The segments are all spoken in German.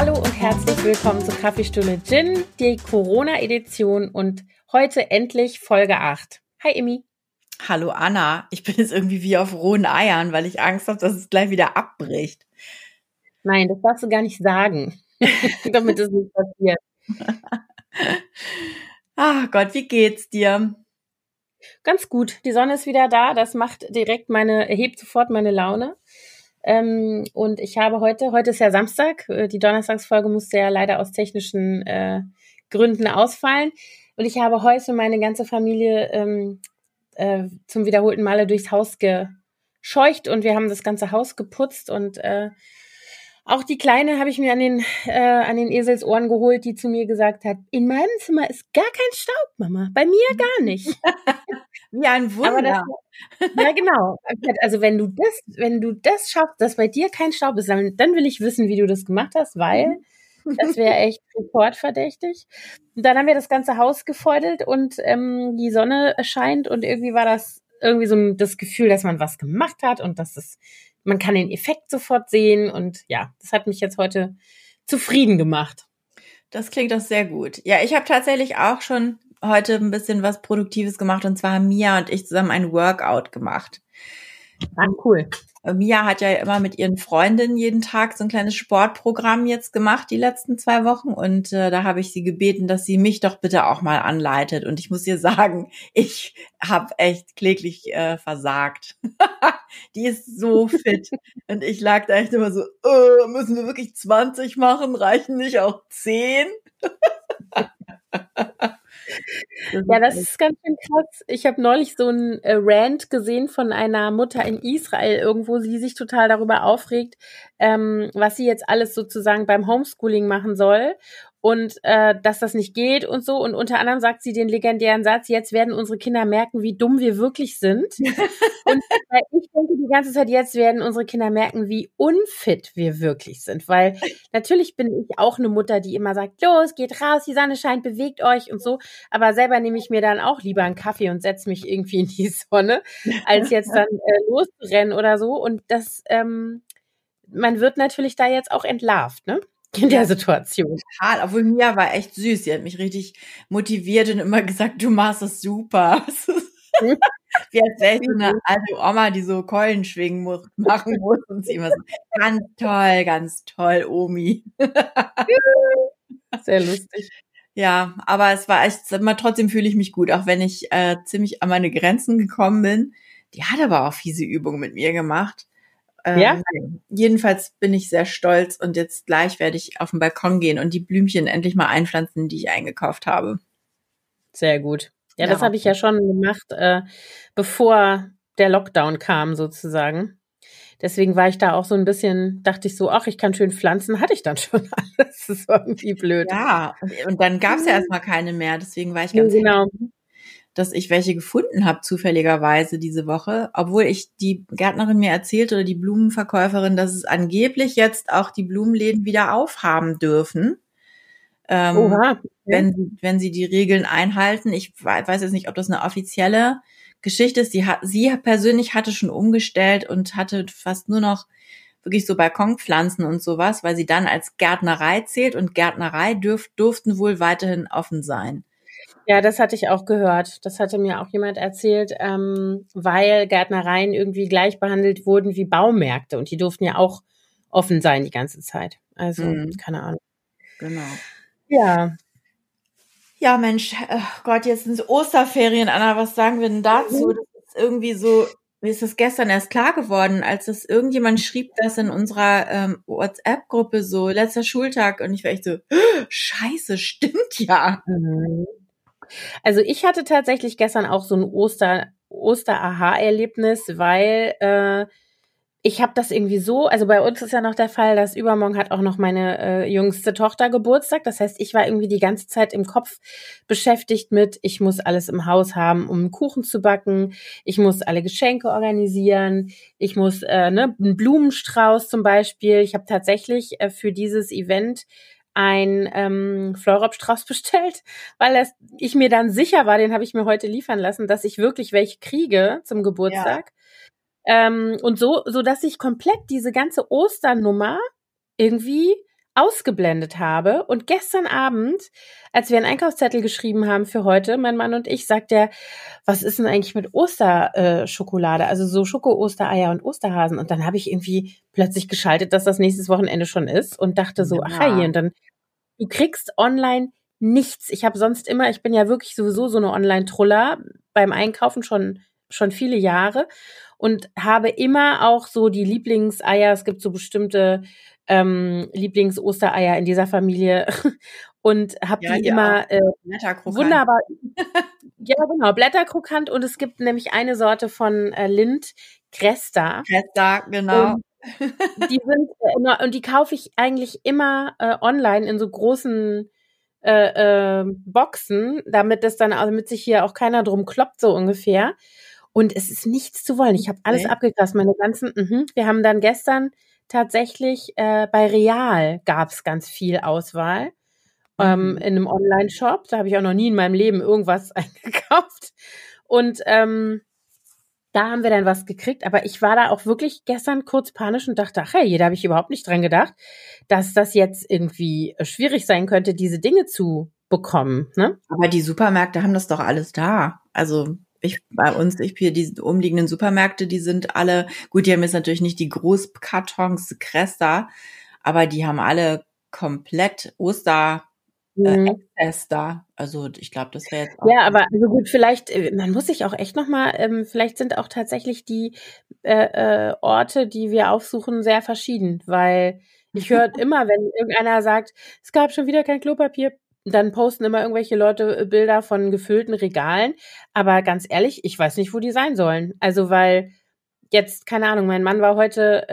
Hallo und herzlich willkommen zur Kaffeestunde Gin, die Corona-Edition und heute endlich Folge 8. Hi Emmy. Hallo Anna, ich bin jetzt irgendwie wie auf rohen Eiern, weil ich Angst habe, dass es gleich wieder abbricht. Nein, das darfst du gar nicht sagen, damit es nicht passiert. Ach Gott, wie geht's dir? Ganz gut, die Sonne ist wieder da, das hebt sofort meine Laune. Und ich habe heute ist ja Samstag, die Donnerstagsfolge musste ja leider aus technischen Gründen ausfallen. Und ich habe heute meine ganze Familie zum wiederholten Male durchs Haus gescheucht und wir haben das ganze Haus geputzt und auch die Kleine habe ich mir an den Eselsohren geholt, die zu mir gesagt hat, in meinem Zimmer ist gar kein Staub, Mama, bei mir gar nicht. Wie ein Wunder. Ja, genau. Also wenn du das schaffst, dass bei dir kein Staub ist, dann will ich wissen, wie du das gemacht hast, weil das wäre echt sofort verdächtig. Und dann haben wir das ganze Haus gefeudelt und die Sonne scheint und irgendwie war das irgendwie so das Gefühl, dass man was gemacht hat und man kann den Effekt sofort sehen und ja, das hat mich jetzt heute zufrieden gemacht. Das klingt doch sehr gut. Ja, ich habe tatsächlich auch schon heute ein bisschen was Produktives gemacht und zwar haben Mia und ich zusammen ein Workout gemacht. Ah, cool. Mia hat ja immer mit ihren Freundinnen jeden Tag so ein kleines Sportprogramm jetzt gemacht, die letzten 2 Wochen. Und da habe ich sie gebeten, dass sie mich doch bitte auch mal anleitet. Und ich muss ihr sagen, ich habe echt kläglich versagt. Die ist so fit. Und ich lag da echt immer so, müssen wir wirklich 20 machen? Reichen nicht auch 10? Ja, das ist ganz schön krass. Ich habe neulich so einen Rant gesehen von einer Mutter in Israel irgendwo, die sich total darüber aufregt, was sie jetzt alles sozusagen beim Homeschooling machen soll und dass das nicht geht und so. Und unter anderem sagt sie den legendären Satz, jetzt werden unsere Kinder merken, wie dumm wir wirklich sind. Und ich denke die ganze Zeit, jetzt werden unsere Kinder merken, wie unfit wir wirklich sind. Weil natürlich bin ich auch eine Mutter, die immer sagt, los, geht raus, die Sonne scheint, bewegt euch und so. Aber selber nehme ich mir dann auch lieber einen Kaffee und setze mich irgendwie in die Sonne, als jetzt dann loszurennen oder so. Und man wird natürlich da jetzt auch entlarvt, ne? In der Situation. Total, obwohl Mia war echt süß. Sie hat mich richtig motiviert und immer gesagt, du machst das super. Wie als wäre ich so eine alte Oma, die so Keulen machen muss und sie immer so, ganz toll, Omi. Sehr lustig. Ja, aber es war echt, trotzdem fühle ich mich gut, auch wenn ich ziemlich an meine Grenzen gekommen bin. Die hat aber auch fiese Übungen mit mir gemacht. Ja? Jedenfalls bin ich sehr stolz und jetzt gleich werde ich auf den Balkon gehen und die Blümchen endlich mal einpflanzen, die ich eingekauft habe. Sehr gut. Ja, das habe ich ja schon gemacht, bevor der Lockdown kam sozusagen. Deswegen war ich da auch so ein bisschen, dachte ich so, ach, ich kann schön pflanzen, hatte ich dann schon alles. Das ist irgendwie blöd. Ja, und dann gab es ja erstmal keine mehr, deswegen war ich ganz happy, dass ich welche gefunden habe, zufälligerweise diese Woche, obwohl die Gärtnerin mir erzählte oder die Blumenverkäuferin, dass es angeblich jetzt auch die Blumenläden wieder aufhaben dürfen. Oha. Wenn sie die Regeln einhalten. Ich weiß jetzt nicht, ob das eine offizielle Geschichte ist. Sie persönlich hatte schon umgestellt und hatte fast nur noch wirklich so Balkonpflanzen und sowas, weil sie dann als Gärtnerei zählt und Gärtnerei durften wohl weiterhin offen sein. Ja, das hatte ich auch gehört. Das hatte mir auch jemand erzählt, weil Gärtnereien irgendwie gleich behandelt wurden wie Baumärkte und die durften ja auch offen sein die ganze Zeit. Also, keine Ahnung. Genau. Ja. Ja, Mensch, Gott, jetzt sind es Osterferien, Anna, was sagen wir denn dazu? Das ist irgendwie so, mir ist das gestern erst klar geworden, als das irgendjemand schrieb, das in unserer WhatsApp-Gruppe so, letzter Schultag und ich war echt so, scheiße, stimmt ja. Also ich hatte tatsächlich gestern auch so ein Oster-Aha-Erlebnis, weil ich habe das irgendwie so, also bei uns ist ja noch der Fall, dass übermorgen hat auch noch meine jüngste Tochter Geburtstag. Das heißt, ich war irgendwie die ganze Zeit im Kopf beschäftigt mit, ich muss alles im Haus haben, um einen Kuchen zu backen. Ich muss alle Geschenke organisieren. Ich muss einen Blumenstrauß zum Beispiel. Ich habe tatsächlich für dieses Event ein Fleurop-Strauß bestellt, weil ich mir dann sicher war, den habe ich mir heute liefern lassen, dass ich wirklich welche kriege zum Geburtstag. Ja. Und so dass ich komplett diese ganze Osternummer irgendwie ausgeblendet habe. Und gestern Abend, als wir einen Einkaufszettel geschrieben haben für heute, mein Mann und ich, sagt er, was ist denn eigentlich mit Osterschokolade? Also so Schoko-Ostereier und Osterhasen. Und dann habe ich irgendwie plötzlich geschaltet, dass das nächstes Wochenende schon ist und dachte so, ach Ja. je, und dann, du kriegst online nichts. Ich habe sonst immer, ich bin ja wirklich sowieso so eine Online-Truller beim Einkaufen schon viele Jahre und habe immer auch so die Lieblingseier. Es gibt so bestimmte Lieblings-Ostereier in dieser Familie und habe Ja, die hier immer Blätterkrokant. wunderbar. Ja, genau, Blätterkrokant, und es gibt nämlich eine Sorte von Lindt, Cresta. Cresta, genau. Und die sind und die kaufe ich eigentlich immer online in so großen Boxen, damit sich hier auch keiner drum kloppt, so ungefähr. Und es ist nichts zu wollen. Ich habe alles abgegrast, meine ganzen. Wir haben dann gestern tatsächlich bei Real gab's ganz viel Auswahl in einem Online-Shop. Da habe ich auch noch nie in meinem Leben irgendwas eingekauft. Und da haben wir dann was gekriegt, aber ich war da auch wirklich gestern kurz panisch und dachte, ach hey, da habe ich überhaupt nicht dran gedacht, dass das jetzt irgendwie schwierig sein könnte, diese Dinge zu bekommen, ne? Aber die Supermärkte haben das doch alles da. Also bei uns, hier die umliegenden Supermärkte, die sind alle, gut, die haben jetzt natürlich nicht die Großkartons Cresta, aber die haben alle komplett Excess da. Also ich glaube, das wäre jetzt auch. Ja, aber also gut, vielleicht, man muss sich auch echt nochmal, vielleicht sind auch tatsächlich die Orte, die wir aufsuchen, sehr verschieden, weil ich höre immer, wenn irgendeiner sagt, es gab schon wieder kein Klopapier, dann posten immer irgendwelche Leute Bilder von gefüllten Regalen, aber ganz ehrlich, ich weiß nicht, wo die sein sollen. Also weil jetzt, keine Ahnung, mein Mann war heute,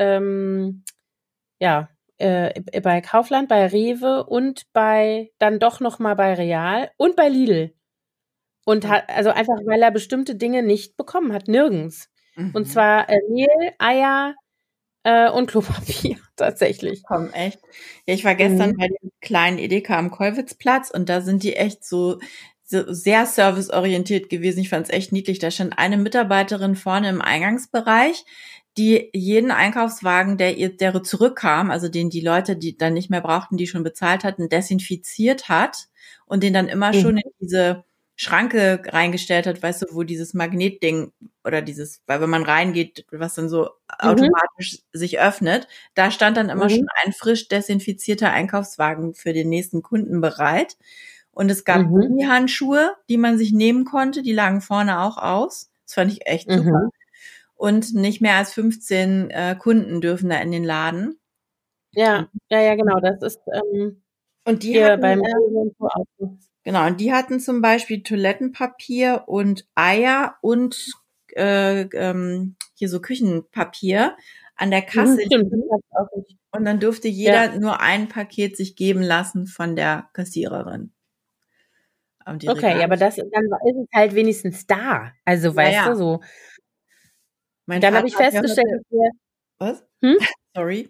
bei Kaufland, bei Rewe und dann doch noch mal bei Real und bei Lidl. Und hat, also einfach, weil er bestimmte Dinge nicht bekommen hat, nirgends. Und zwar Mehl, Eier und Klopapier, tatsächlich. Komm, echt. Ja, ich war gestern bei dem kleinen Edeka am Kollwitzplatz und da sind die echt so sehr serviceorientiert gewesen. Ich fand es echt niedlich. Da stand eine Mitarbeiterin vorne im Eingangsbereich, die jeden Einkaufswagen, der zurückkam, also den die Leute, die dann nicht mehr brauchten, die schon bezahlt hatten, desinfiziert hat und den dann immer schon in diese Schranke reingestellt hat, weißt du, wo dieses Magnetding oder weil wenn man reingeht, was dann so automatisch sich öffnet, da stand dann immer schon ein frisch desinfizierter Einkaufswagen für den nächsten Kunden bereit. Und es gab Gummihandschuhe, die man sich nehmen konnte, die lagen vorne auch aus. Das fand ich echt super. Und nicht mehr als 15 Kunden dürfen da in den Laden. Ja, genau. Das ist und die hier hatten, beim genau, und die hatten zum Beispiel Toilettenpapier und Eier und hier so Küchenpapier an der Kasse. Und dann durfte jeder nur ein Paket sich geben lassen von der Kassiererin. Okay, aber dann ist es halt wenigstens da. Also, weißt du, so. Dann habe ich festgestellt, was? Sorry.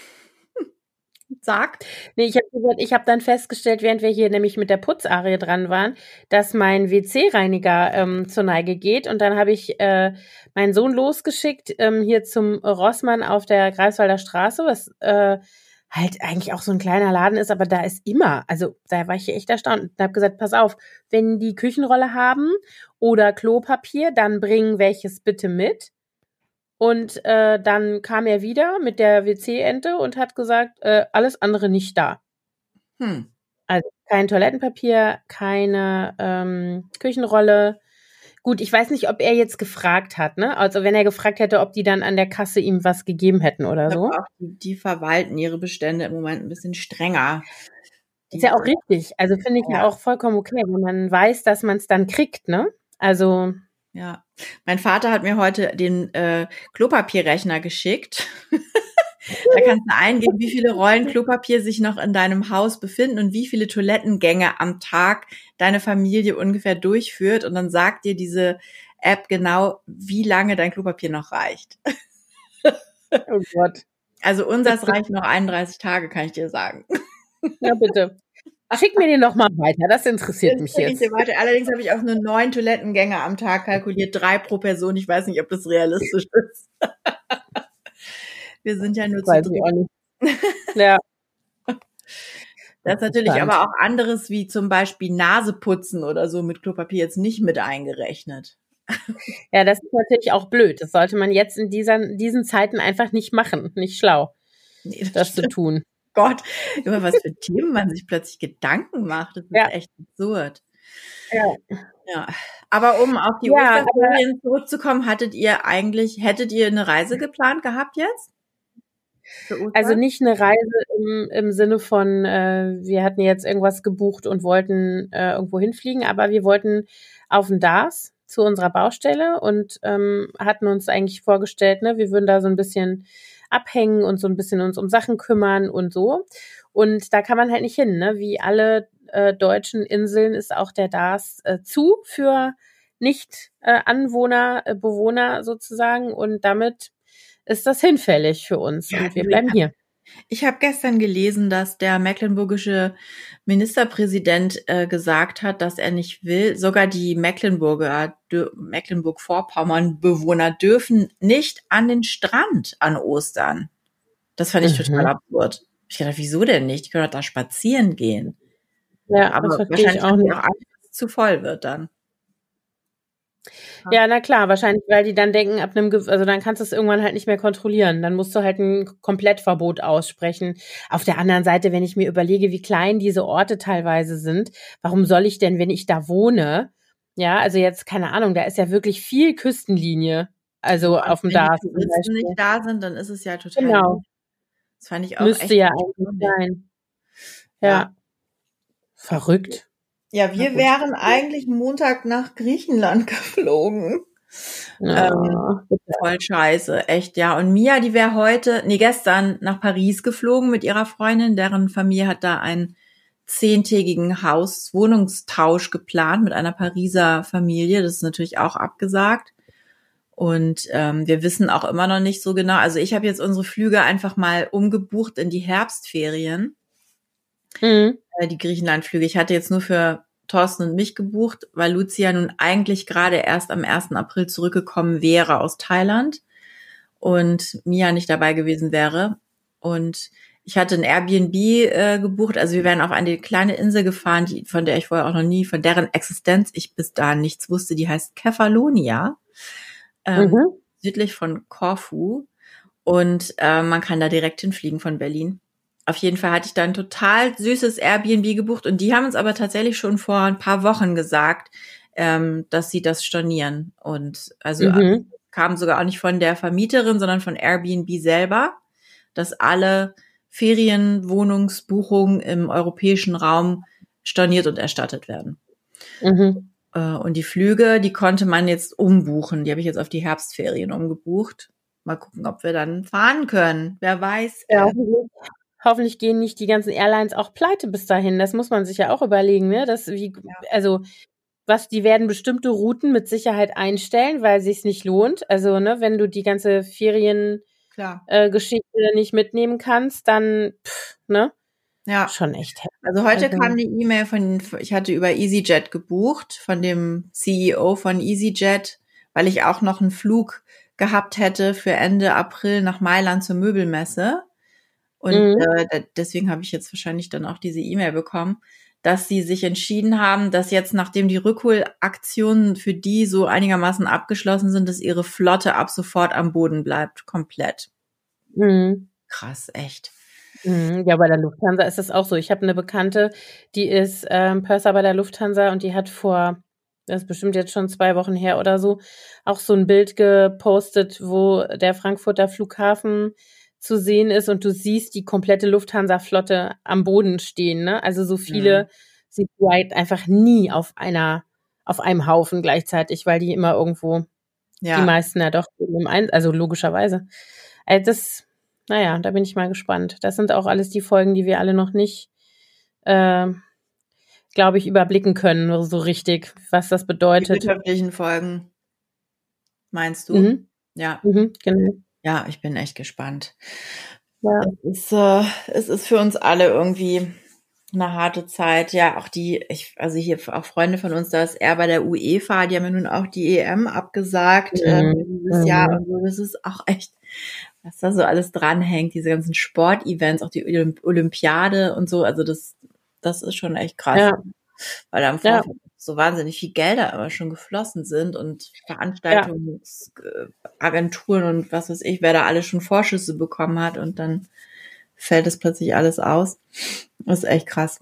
Sag. Nee, ich habe dann festgestellt, während wir hier nämlich mit der Putzarie dran waren, dass mein WC-Reiniger zur Neige geht. Und dann habe ich meinen Sohn losgeschickt hier zum Rossmann auf der Greifswalder Straße, was halt eigentlich auch so ein kleiner Laden ist, aber da ist immer, also da war ich echt erstaunt und habe gesagt, pass auf, wenn die Küchenrolle haben oder Klopapier, dann bringen welches bitte mit. Und dann kam er wieder mit der WC-Ente und hat gesagt, alles andere nicht da. Also kein Toilettenpapier, keine Küchenrolle. Gut, ich weiß nicht, ob er jetzt gefragt hat, ne? Also wenn er gefragt hätte, ob die dann an der Kasse ihm was gegeben hätten oder so. Auch die verwalten ihre Bestände im Moment ein bisschen strenger. Ist ja auch richtig. Also finde ich ja auch vollkommen okay, wenn man weiß, dass man es dann kriegt, ne? Also ja, mein Vater hat mir heute den Klopapierrechner geschickt. Da kannst du eingeben, wie viele Rollen Klopapier sich noch in deinem Haus befinden und wie viele Toilettengänge am Tag deine Familie ungefähr durchführt. Und dann sagt dir diese App genau, wie lange dein Klopapier noch reicht. Oh Gott. Also unseres reicht noch 31 Tage, kann ich dir sagen. Ja, bitte. Schick mir den noch mal weiter, das interessiert mich jetzt. Allerdings habe ich auch nur 9 Toilettengänge am Tag kalkuliert, 3 pro Person. Ich weiß nicht, ob das realistisch ist. Wir sind ja nur zu dritt. Ja. Das ist natürlich aber auch anderes wie zum Beispiel Naseputzen oder so mit Klopapier jetzt nicht mit eingerechnet. Ja, das ist natürlich auch blöd. Das sollte man jetzt in diesen Zeiten einfach nicht machen. Nicht schlau, das zu tun. Gott, über was für Themen man sich plötzlich Gedanken macht. Das ist echt absurd. Ja. Aber um auf die Osterferien zurückzukommen, hättet ihr eine Reise geplant gehabt jetzt? Also nicht eine Reise im Sinne von, wir hatten jetzt irgendwas gebucht und wollten irgendwo hinfliegen, aber wir wollten auf den DARS zu unserer Baustelle und hatten uns eigentlich vorgestellt, ne, wir würden da so ein bisschen abhängen und so ein bisschen uns um Sachen kümmern und so. Und da kann man halt nicht hin, ne? Wie alle deutschen Inseln ist auch der DARS zu für Nicht Bewohner sozusagen und damit ist das hinfällig für uns und wir bleiben hier. Ich habe gestern gelesen, dass der mecklenburgische Ministerpräsident gesagt hat, dass er nicht will, sogar die Mecklenburg-Vorpommern-Bewohner dürfen nicht an den Strand an Ostern. Das fand ich total absurd. Ich dachte, wieso denn nicht? Die können doch da spazieren gehen. Ja, aber das verstehe ich auch nicht. Auch Angst, dass es zu voll wird dann. Ja, na klar, wahrscheinlich, weil die dann denken, also dann kannst du es irgendwann halt nicht mehr kontrollieren. Dann musst du halt ein Komplettverbot aussprechen. Auf der anderen Seite, wenn ich mir überlege, wie klein diese Orte teilweise sind, warum soll ich denn, wenn ich da wohne, ja, also jetzt, keine Ahnung, da ist ja wirklich viel Küstenlinie, also auf dem DARS. Wenn die Touristen nicht da sind, dann ist es ja total. Genau. Das fand ich auch Müsste ja eigentlich sein. Ja. Verrückt. Ja, wir wären eigentlich Montag nach Griechenland geflogen. Voll scheiße, echt, ja. Und Mia, die wäre gestern nach Paris geflogen mit ihrer Freundin. Deren Familie hat da einen 10-tägigen Wohnungstausch geplant mit einer Pariser Familie. Das ist natürlich auch abgesagt. Und wir wissen auch immer noch nicht so genau. Also ich habe jetzt unsere Flüge einfach mal umgebucht in die Herbstferien. Die Griechenlandflüge. Ich hatte jetzt nur für Thorsten und mich gebucht, weil Lucia nun eigentlich gerade erst am 1. April zurückgekommen wäre aus Thailand und Mia nicht dabei gewesen wäre. Und ich hatte ein Airbnb gebucht. Also wir wären auf eine kleine Insel gefahren, von der ich vorher auch noch nie, von deren Existenz ich bis dahin nichts wusste. Die heißt Kefalonia, südlich von Korfu. Und man kann da direkt hinfliegen von Berlin. Auf jeden Fall hatte ich da ein total süßes Airbnb gebucht und die haben uns aber tatsächlich schon vor ein paar Wochen gesagt, dass sie das stornieren. Und also kam sogar auch nicht von der Vermieterin, sondern von Airbnb selber, dass alle Ferienwohnungsbuchungen im europäischen Raum storniert und erstattet werden. Und die Flüge, die konnte man jetzt umbuchen. Die habe ich jetzt auf die Herbstferien umgebucht. Mal gucken, ob wir dann fahren können. Wer weiß. Ja. Hoffentlich gehen nicht die ganzen Airlines auch pleite bis dahin. Das muss man sich ja auch überlegen, ne? Die werden bestimmte Routen mit Sicherheit einstellen, weil es sich nicht lohnt. Also, ne, wenn du die ganze Feriengeschichte nicht mitnehmen kannst, dann, ne? Ja. Schon echt heftig. Also heute kam die E-Mail ich hatte über EasyJet gebucht, von dem CEO von EasyJet, weil ich auch noch einen Flug gehabt hätte für Ende April nach Mailand zur Möbelmesse. Und deswegen habe ich jetzt wahrscheinlich dann auch diese E-Mail bekommen, dass sie sich entschieden haben, dass jetzt, nachdem die Rückholaktionen für die so einigermaßen abgeschlossen sind, dass ihre Flotte ab sofort am Boden bleibt, komplett. Krass, echt. Ja, bei der Lufthansa ist das auch so. Ich habe eine Bekannte, die ist Purser bei der Lufthansa und die hat das ist bestimmt jetzt schon 2 Wochen her oder so, auch so ein Bild gepostet, wo der Frankfurter Flughafen zu sehen ist und du siehst die komplette Lufthansa-Flotte am Boden stehen, ne? Also so viele sieht du halt einfach nie auf einem Haufen gleichzeitig, weil die immer irgendwo, die meisten ja doch also logischerweise. Also da bin ich mal gespannt. Das sind auch alles die Folgen, die wir alle noch nicht, glaube ich, überblicken können, so richtig, was das bedeutet. Die wirtschaftlichen Folgen, meinst du? Ja. Genau. Ja, ich bin echt gespannt. Ja. Es ist für uns alle irgendwie eine harte Zeit. Ja, auch hier auch Freunde von uns, da ist er bei der UEFA, die haben ja nun auch die EM abgesagt dieses Jahr und so. Das ist auch echt, was da so alles dranhängt, diese ganzen Sportevents, auch die Olympiade und so. Also das ist schon echt krass, Ja, weil da im ja, Vorfeld so wahnsinnig viel Gelder aber schon geflossen sind und ja, Veranstaltungsagenturen und was weiß ich, wer da alles schon Vorschüsse bekommen hat und dann fällt es plötzlich alles aus. Das ist echt krass.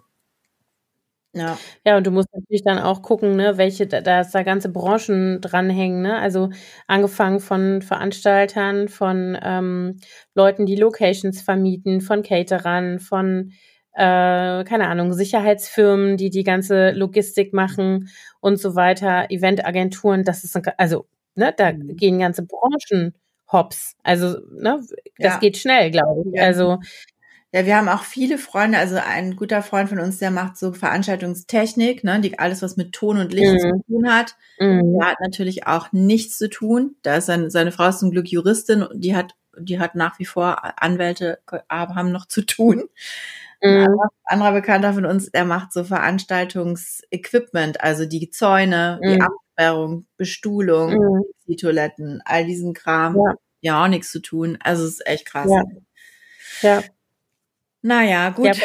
Ja. ja, und du musst natürlich dann auch gucken, ne, welche, da ist da ganze Branchen dranhängen, ne? Also angefangen von Veranstaltern, von Leuten, die Locations vermieten, von Caterern, von keine Ahnung, Sicherheitsfirmen, die die ganze Logistik machen und so weiter, Eventagenturen, das ist also, ne, da gehen ganze Branchen hops. Also, ne, das Ja. geht schnell, glaube ich. Also, Ja, wir haben auch viele Freunde, also ein guter Freund von uns, der macht so Veranstaltungstechnik, ne, die alles, was mit Ton und Licht zu tun hat. Der hat natürlich auch nichts zu tun. Da ist seine Frau ist zum Glück Juristin und die hat nach wie vor Anwälte, haben noch zu tun. Ein anderer Bekannter von uns, der macht so Veranstaltungsequipment, also die Zäune, die Absperrung, Bestuhlung, die Toiletten, all diesen Kram. Ja, auch nichts zu tun. Also es ist echt krass. Ja. Naja, gut.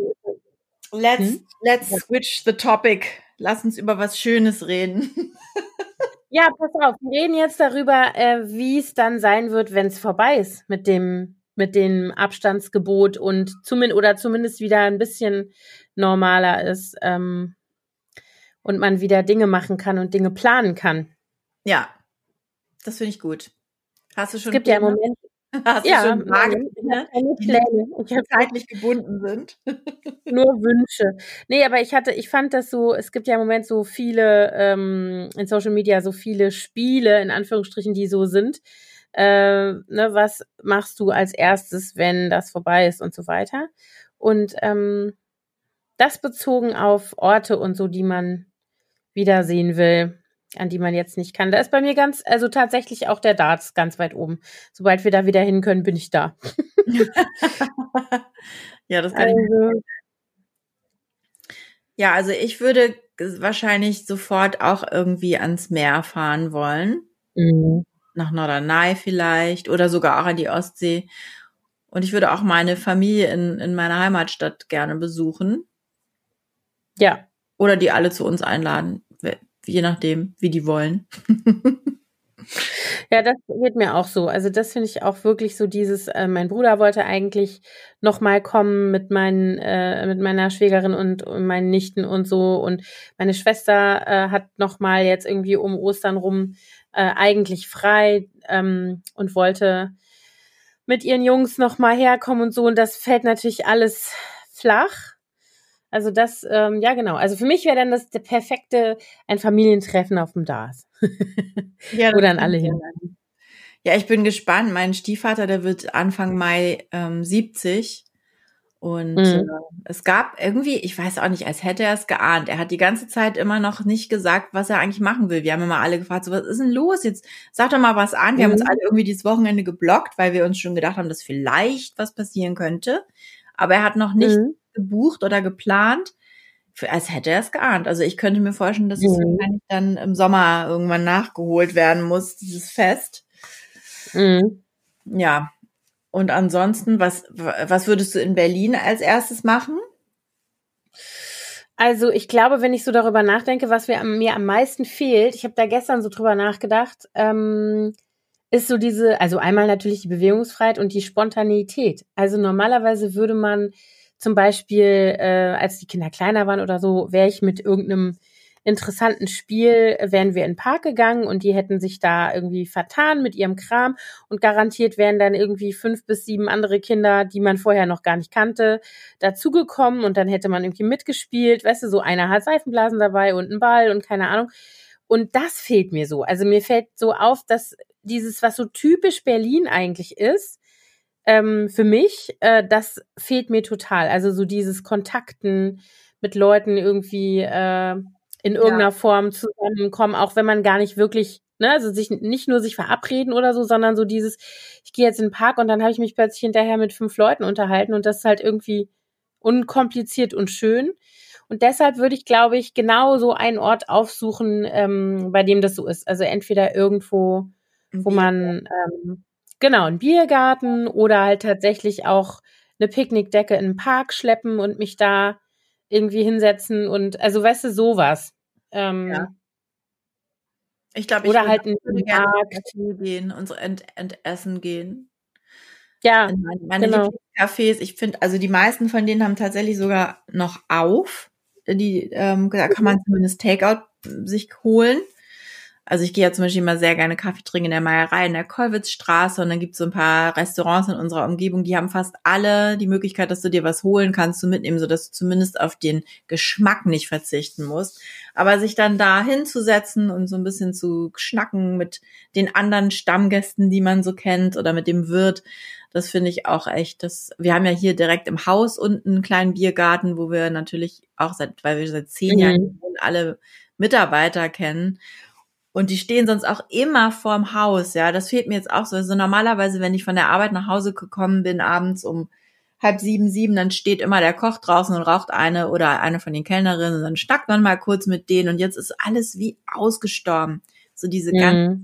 Ja, Let's switch the topic. Lass uns über was Schönes reden. Ja, pass auf, wir reden jetzt darüber, wie es dann sein wird, wenn es vorbei ist mit dem Abstandsgebot und zumindest wieder ein bisschen normaler ist und man wieder Dinge machen kann und Dinge planen kann. Ja, das finde ich gut. Hast du schon Es gibt ja im Moment Hast du schon Pläne, die zeitlich gebunden sind? Nur Wünsche. Nee, aber ich fand das so, es gibt ja im Moment so viele, in Social Media so viele Spiele, in Anführungsstrichen, die so sind. Ne, was machst du als erstes, wenn das vorbei ist und so weiter. Und das bezogen auf Orte und so, die man wiedersehen will, an die man jetzt nicht kann. Da ist bei mir also tatsächlich auch der Darts ganz weit oben. Sobald wir da wieder hin können, bin ich da. Ja, das kann ich mir Ja, also ich würde wahrscheinlich sofort auch irgendwie ans Meer fahren wollen. Nach Norderney vielleicht oder sogar auch an die Ostsee. Und ich würde auch meine Familie in meiner Heimatstadt gerne besuchen. Ja. Oder die alle zu uns einladen, je nachdem, wie die wollen. Ja, das geht mir auch so. Also das finde ich auch wirklich so dieses, mein Bruder wollte eigentlich noch mal kommen mit meiner Schwägerin und meinen Nichten und so. Und meine Schwester hat noch mal jetzt irgendwie um Ostern rum eigentlich frei und wollte mit ihren Jungs noch mal herkommen und so. Und das fällt natürlich alles flach. Also das, ja genau. Also für mich wäre dann der perfekte ein Familientreffen auf dem Dars. Ja, Wo dann alle hin. Ja, ich bin gespannt. Mein Stiefvater, der wird Anfang Mai 70. Und es gab irgendwie, ich weiß auch nicht, als hätte er es geahnt. Er hat die ganze Zeit immer noch nicht gesagt, was er eigentlich machen will. Wir haben immer alle gefragt, so, was ist denn los jetzt? Sag doch mal was an. Wir haben uns alle irgendwie dieses Wochenende geblockt, weil wir uns schon gedacht haben, dass vielleicht was passieren könnte. Aber er hat noch nicht gebucht oder geplant, als hätte er es geahnt. Also ich könnte mir vorstellen, dass es wahrscheinlich dann im Sommer irgendwann nachgeholt werden muss, dieses Fest. Ja. Und ansonsten, was würdest du in Berlin als erstes machen? Also ich glaube, wenn ich so darüber nachdenke, was mir am meisten fehlt, ich habe da gestern so drüber nachgedacht, ist so also einmal natürlich die Bewegungsfreiheit und die Spontaneität. Also normalerweise würde man zum Beispiel, als die Kinder kleiner waren oder so, wäre ich mit irgendeinem interessanten Spiel, wären wir in den Park gegangen und die hätten sich da irgendwie vertan mit ihrem Kram und garantiert wären dann irgendwie 5 bis 7 andere Kinder, die man vorher noch gar nicht kannte, dazugekommen und dann hätte man irgendwie mitgespielt. Weißt du, so einer hat Seifenblasen dabei und einen Ball und keine Ahnung. Und das fehlt mir so. Also mir fällt so auf, dass dieses, was so typisch Berlin eigentlich ist, für mich, das fehlt mir total. Also so dieses Kontakten mit Leuten irgendwie in irgendeiner Form zusammenkommen, auch wenn man gar nicht wirklich, ne, also nicht nur sich verabreden oder so, sondern so dieses, ich gehe jetzt in den Park und dann habe ich mich plötzlich hinterher mit 5 Leuten unterhalten und das ist halt irgendwie unkompliziert und schön. Und deshalb würde ich, glaube ich, genau so einen Ort aufsuchen, bei dem das so ist. Also entweder irgendwo, wo man Genau, 'n Biergarten oder halt tatsächlich auch 'ne Picknickdecke in 'n Park schleppen und mich da irgendwie hinsetzen und also, weißt du, so was. Ja. Ich glaube, Oder halt 'n würde gerne ins Markt. Café gehen und so Entessen gehen. Ja, In meine genau. Lieblingscafés. Ich finde, also die meisten von denen haben tatsächlich sogar noch auf. Da kann Mhm. man zumindest Takeout sich holen. Also ich gehe ja zum Beispiel immer sehr gerne Kaffee trinken in der Meierei in der Kollwitzstraße und dann gibt es so ein paar Restaurants in unserer Umgebung, die haben fast alle die Möglichkeit, dass du dir was holen kannst, zu mitnehmen, sodass du zumindest auf den Geschmack nicht verzichten musst. Aber sich dann da hinzusetzen und so ein bisschen zu schnacken mit den anderen Stammgästen, die man so kennt oder mit dem Wirt, das finde ich auch echt, wir haben ja hier direkt im Haus unten einen kleinen Biergarten, wo wir natürlich auch weil wir seit 10 Jahren hier Mhm. wohnen, alle Mitarbeiter kennen. Und die stehen sonst auch immer vorm Haus, ja. Das fehlt mir jetzt auch so. Also normalerweise, wenn ich von der Arbeit nach Hause gekommen bin, abends um 6:30, 7, dann steht immer der Koch draußen und raucht eine oder eine von den Kellnerinnen und dann schnackt man mal kurz mit denen und jetzt ist alles wie ausgestorben. So Mhm.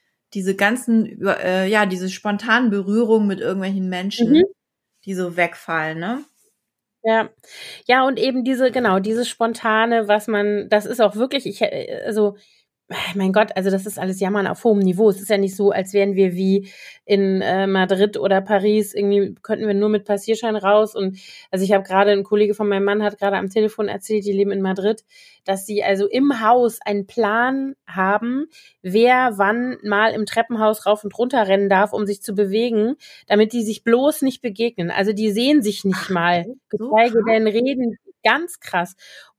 diese spontanen Berührungen mit irgendwelchen Menschen, Mhm. die so wegfallen, ne? Ja. Ja, und eben dieses Spontane, was man das ist auch wirklich also mein Gott, also das ist alles Jammern auf hohem Niveau. Es ist ja nicht so, als wären wir wie in Madrid oder Paris. Irgendwie könnten wir nur mit Passierschein raus. Und also ich habe gerade, ein Kollege von meinem Mann hat gerade am Telefon erzählt, die leben in Madrid, dass sie also im Haus einen Plan haben, wer wann mal im Treppenhaus rauf und runter rennen darf, um sich zu bewegen, damit die sich bloß nicht begegnen. Also die sehen sich nicht Ach, mal, echt? So geschweige krass. denn reden. Ganz krass.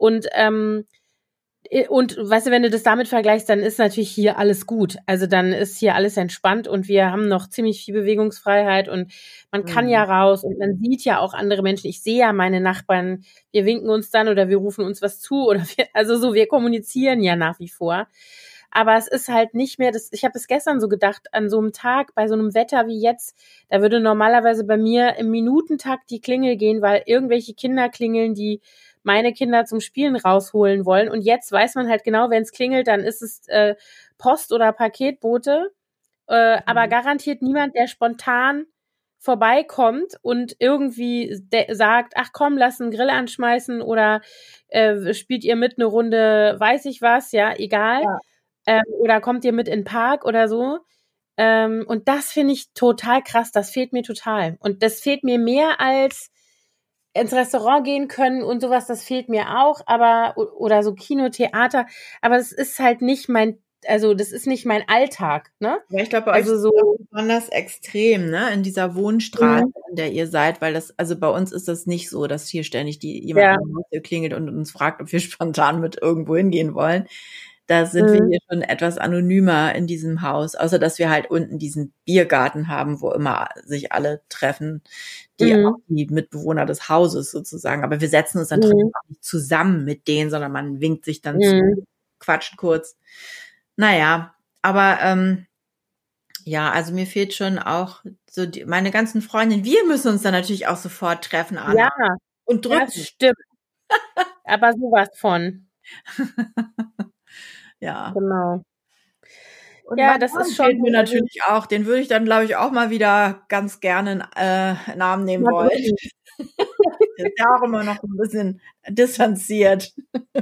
Und weißt du, wenn du das damit vergleichst, dann ist natürlich hier alles gut. Also dann ist hier alles entspannt und wir haben noch ziemlich viel Bewegungsfreiheit und man kann ja Mhm. raus und man sieht ja auch andere Menschen. Ich sehe ja meine Nachbarn, wir winken uns dann oder wir rufen uns was zu oder wir kommunizieren ja nach wie vor. Aber es ist halt nicht mehr ich habe es gestern so gedacht, an so einem Tag, bei so einem Wetter wie jetzt, da würde normalerweise bei mir im Minutentakt die Klingel gehen, weil irgendwelche Kinder klingeln, die meine Kinder zum Spielen rausholen wollen. Und jetzt weiß man halt genau, wenn es klingelt, dann ist es Post- oder Paketbote, aber Mhm. garantiert niemand, der spontan vorbeikommt und irgendwie sagt, ach komm, lass einen Grill anschmeißen oder spielt ihr mit eine Runde, weiß ich was, ja, egal. Ja. Oder kommt ihr mit in den Park oder so. Und das finde ich total krass, das fehlt mir total. Und das fehlt mir mehr als ins Restaurant gehen können und sowas, das fehlt mir auch, aber oder so Kino, Theater, aber das ist halt nicht das ist nicht mein Alltag, ne? Ja, ich glaube, bei euch ist Also es auch so, besonders extrem, ne, in dieser Wohnstraße, mhm, in der ihr seid, weil also bei uns ist das nicht so, dass hier ständig jemand ja, an der Haustür klingelt und uns fragt, ob wir spontan mit irgendwo hingehen wollen. Da sind wir mhm, hier schon etwas anonymer in diesem Haus, außer dass wir halt unten diesen Biergarten haben, wo immer sich alle treffen, auch mhm, die Mitbewohner des Hauses sozusagen. Aber wir setzen uns dann trotzdem mhm, auch nicht zusammen mit denen, sondern man winkt sich dann zu, mhm. quatscht kurz. Naja, aber ja, also mir fehlt schon auch so meine ganzen Freundinnen. Wir müssen uns dann natürlich auch sofort treffen, Anna, Ja, und das drücken. stimmt, aber sowas von. Ja. Genau. Und Ja, mein das ist Mann schon fehlt mir also natürlich auch. Den würde ich dann, glaube ich, auch mal wieder ganz gerne in Arm nehmen mal wollen. drücken. Der ist ja auch immer noch ein bisschen distanziert.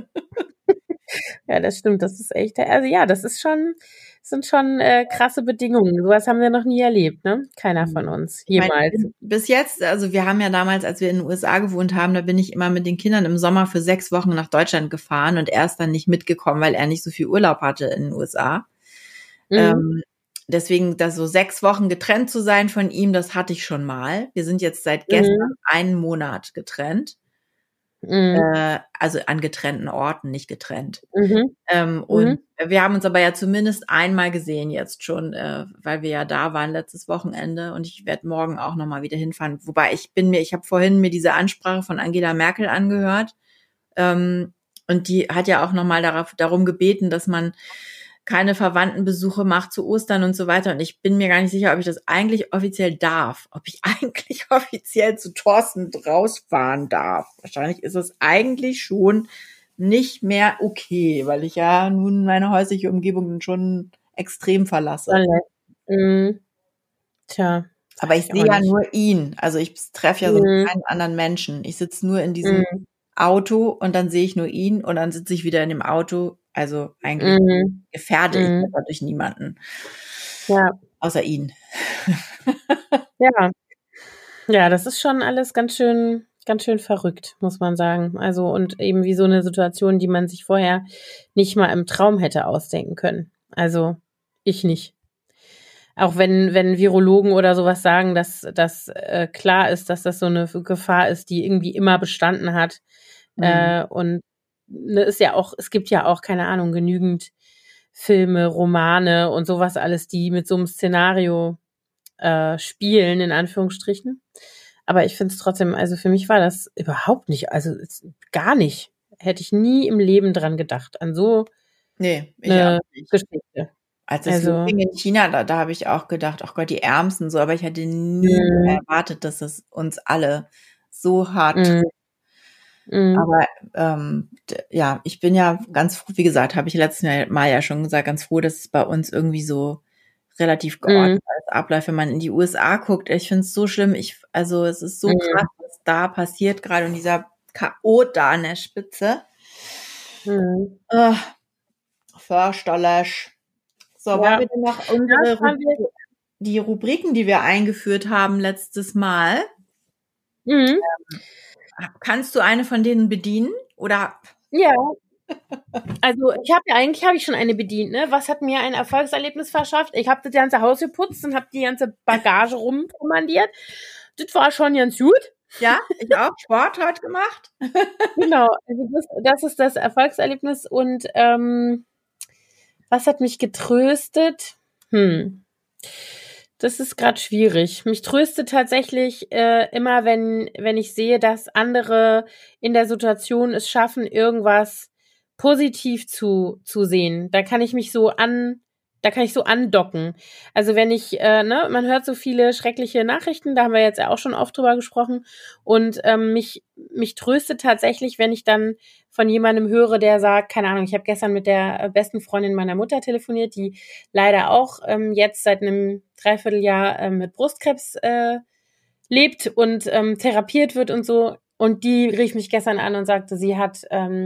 Ja, das stimmt, das ist echt also ja, sind schon, krasse Bedingungen. So was haben wir noch nie erlebt, ne? Keiner von Mhm. uns, Ich meine, jemals. bis jetzt, also wir haben ja damals, als wir in den USA gewohnt haben, da bin ich immer mit den Kindern im Sommer für 6 Wochen nach Deutschland gefahren und er ist dann nicht mitgekommen, weil er nicht so viel Urlaub hatte in den USA. Mhm, Ähm, deswegen, da so 6 Wochen getrennt zu sein von ihm, das hatte ich schon mal. Wir sind jetzt seit gestern mhm, 1 Monat getrennt. mhm, Also an getrennten Orten, nicht getrennt. mhm, Und mhm. wir haben uns aber ja zumindest einmal gesehen jetzt schon, weil wir ja da waren letztes Wochenende und ich werde morgen auch nochmal wieder hinfahren. Wobei ich habe vorhin mir diese Ansprache von Angela Merkel angehört, und die hat ja auch nochmal darum gebeten, dass man keine Verwandtenbesuche macht zu Ostern und so weiter. Und ich bin mir gar nicht sicher, ob ich das eigentlich offiziell darf. Ob ich eigentlich offiziell zu Thorsten rausfahren darf. Wahrscheinlich ist es eigentlich schon nicht mehr okay, weil ich ja nun meine häusliche Umgebung schon extrem verlasse. Mhm. Tja, Aber weiß ich ich sehe auch ja nicht. nur ihn. Also ich treffe ja sonst Mhm. keinen anderen Menschen. Ich sitze nur in diesem Mhm. Auto und dann sehe ich nur ihn und dann sitze ich wieder in dem Auto. Also eigentlich Mhm. gefährde ich ja Mhm. dadurch niemanden, Ja, außer ihn. ja. Ja, das ist schon alles ganz schön verrückt, muss man sagen. Also, und eben wie so eine Situation, die man sich vorher nicht mal im Traum hätte ausdenken können. Also, ich nicht. Auch wenn Virologen oder sowas sagen, dass klar ist, dass das so eine Gefahr ist, die irgendwie immer bestanden hat. Mhm. Und ne, ist ja auch, es gibt ja auch, keine Ahnung, genügend Filme, Romane und sowas alles, die mit so einem Szenario spielen, in Anführungsstrichen. Aber ich finde es trotzdem, also für mich war das überhaupt nicht, also gar nicht. Hätte ich nie im Leben dran gedacht, an so Nee, ich auch eine nicht. Geschichte. Als das Also, losging in China, da habe ich auch gedacht, ach Gott, die Ärmsten so, aber ich hätte nie mm, erwartet, dass es uns alle so hart mm, trifft. mm, Aber ja, ich bin ja ganz froh, wie gesagt, habe ich letztes Mal ja schon gesagt, ganz froh, dass es bei uns irgendwie so relativ mm, geordnet alles abläuft, wenn man in die USA guckt. Ich finde es so schlimm. Also es ist so krass, mm, was da passiert, gerade in dieser Chaot da an der Spitze. mm. Äh, fürchterlich. So, wollen Ja, wir denn noch das haben wir. die Rubriken, die wir eingeführt haben letztes Mal, Mm, kannst du eine von denen bedienen? Oder ja, also ich habe ja eigentlich habe ich schon eine bedient, ne? Was hat mir ein Erfolgserlebnis verschafft? Ich habe das ganze Haus geputzt und habe die ganze Bagage rumkommandiert. Das war schon ganz gut. ja, ich auch Sport heute gemacht? Genau, also das ist das Erfolgserlebnis und was hat mich getröstet? Hm, das ist gerade schwierig. Mich tröstet tatsächlich immer, wenn ich sehe, dass andere in der Situation es schaffen, irgendwas positiv zu sehen. Da kann ich so andocken. Also wenn ich, ne, man hört so viele schreckliche Nachrichten, da haben wir jetzt ja auch schon oft drüber gesprochen. Und mich tröstet tatsächlich, wenn ich dann von jemandem höre, der sagt, keine Ahnung, ich habe gestern mit der besten Freundin meiner Mutter telefoniert, die leider auch jetzt seit einem Dreivierteljahr mit Brustkrebs lebt und therapiert wird und so. Und die rief mich gestern an und sagte, sie hat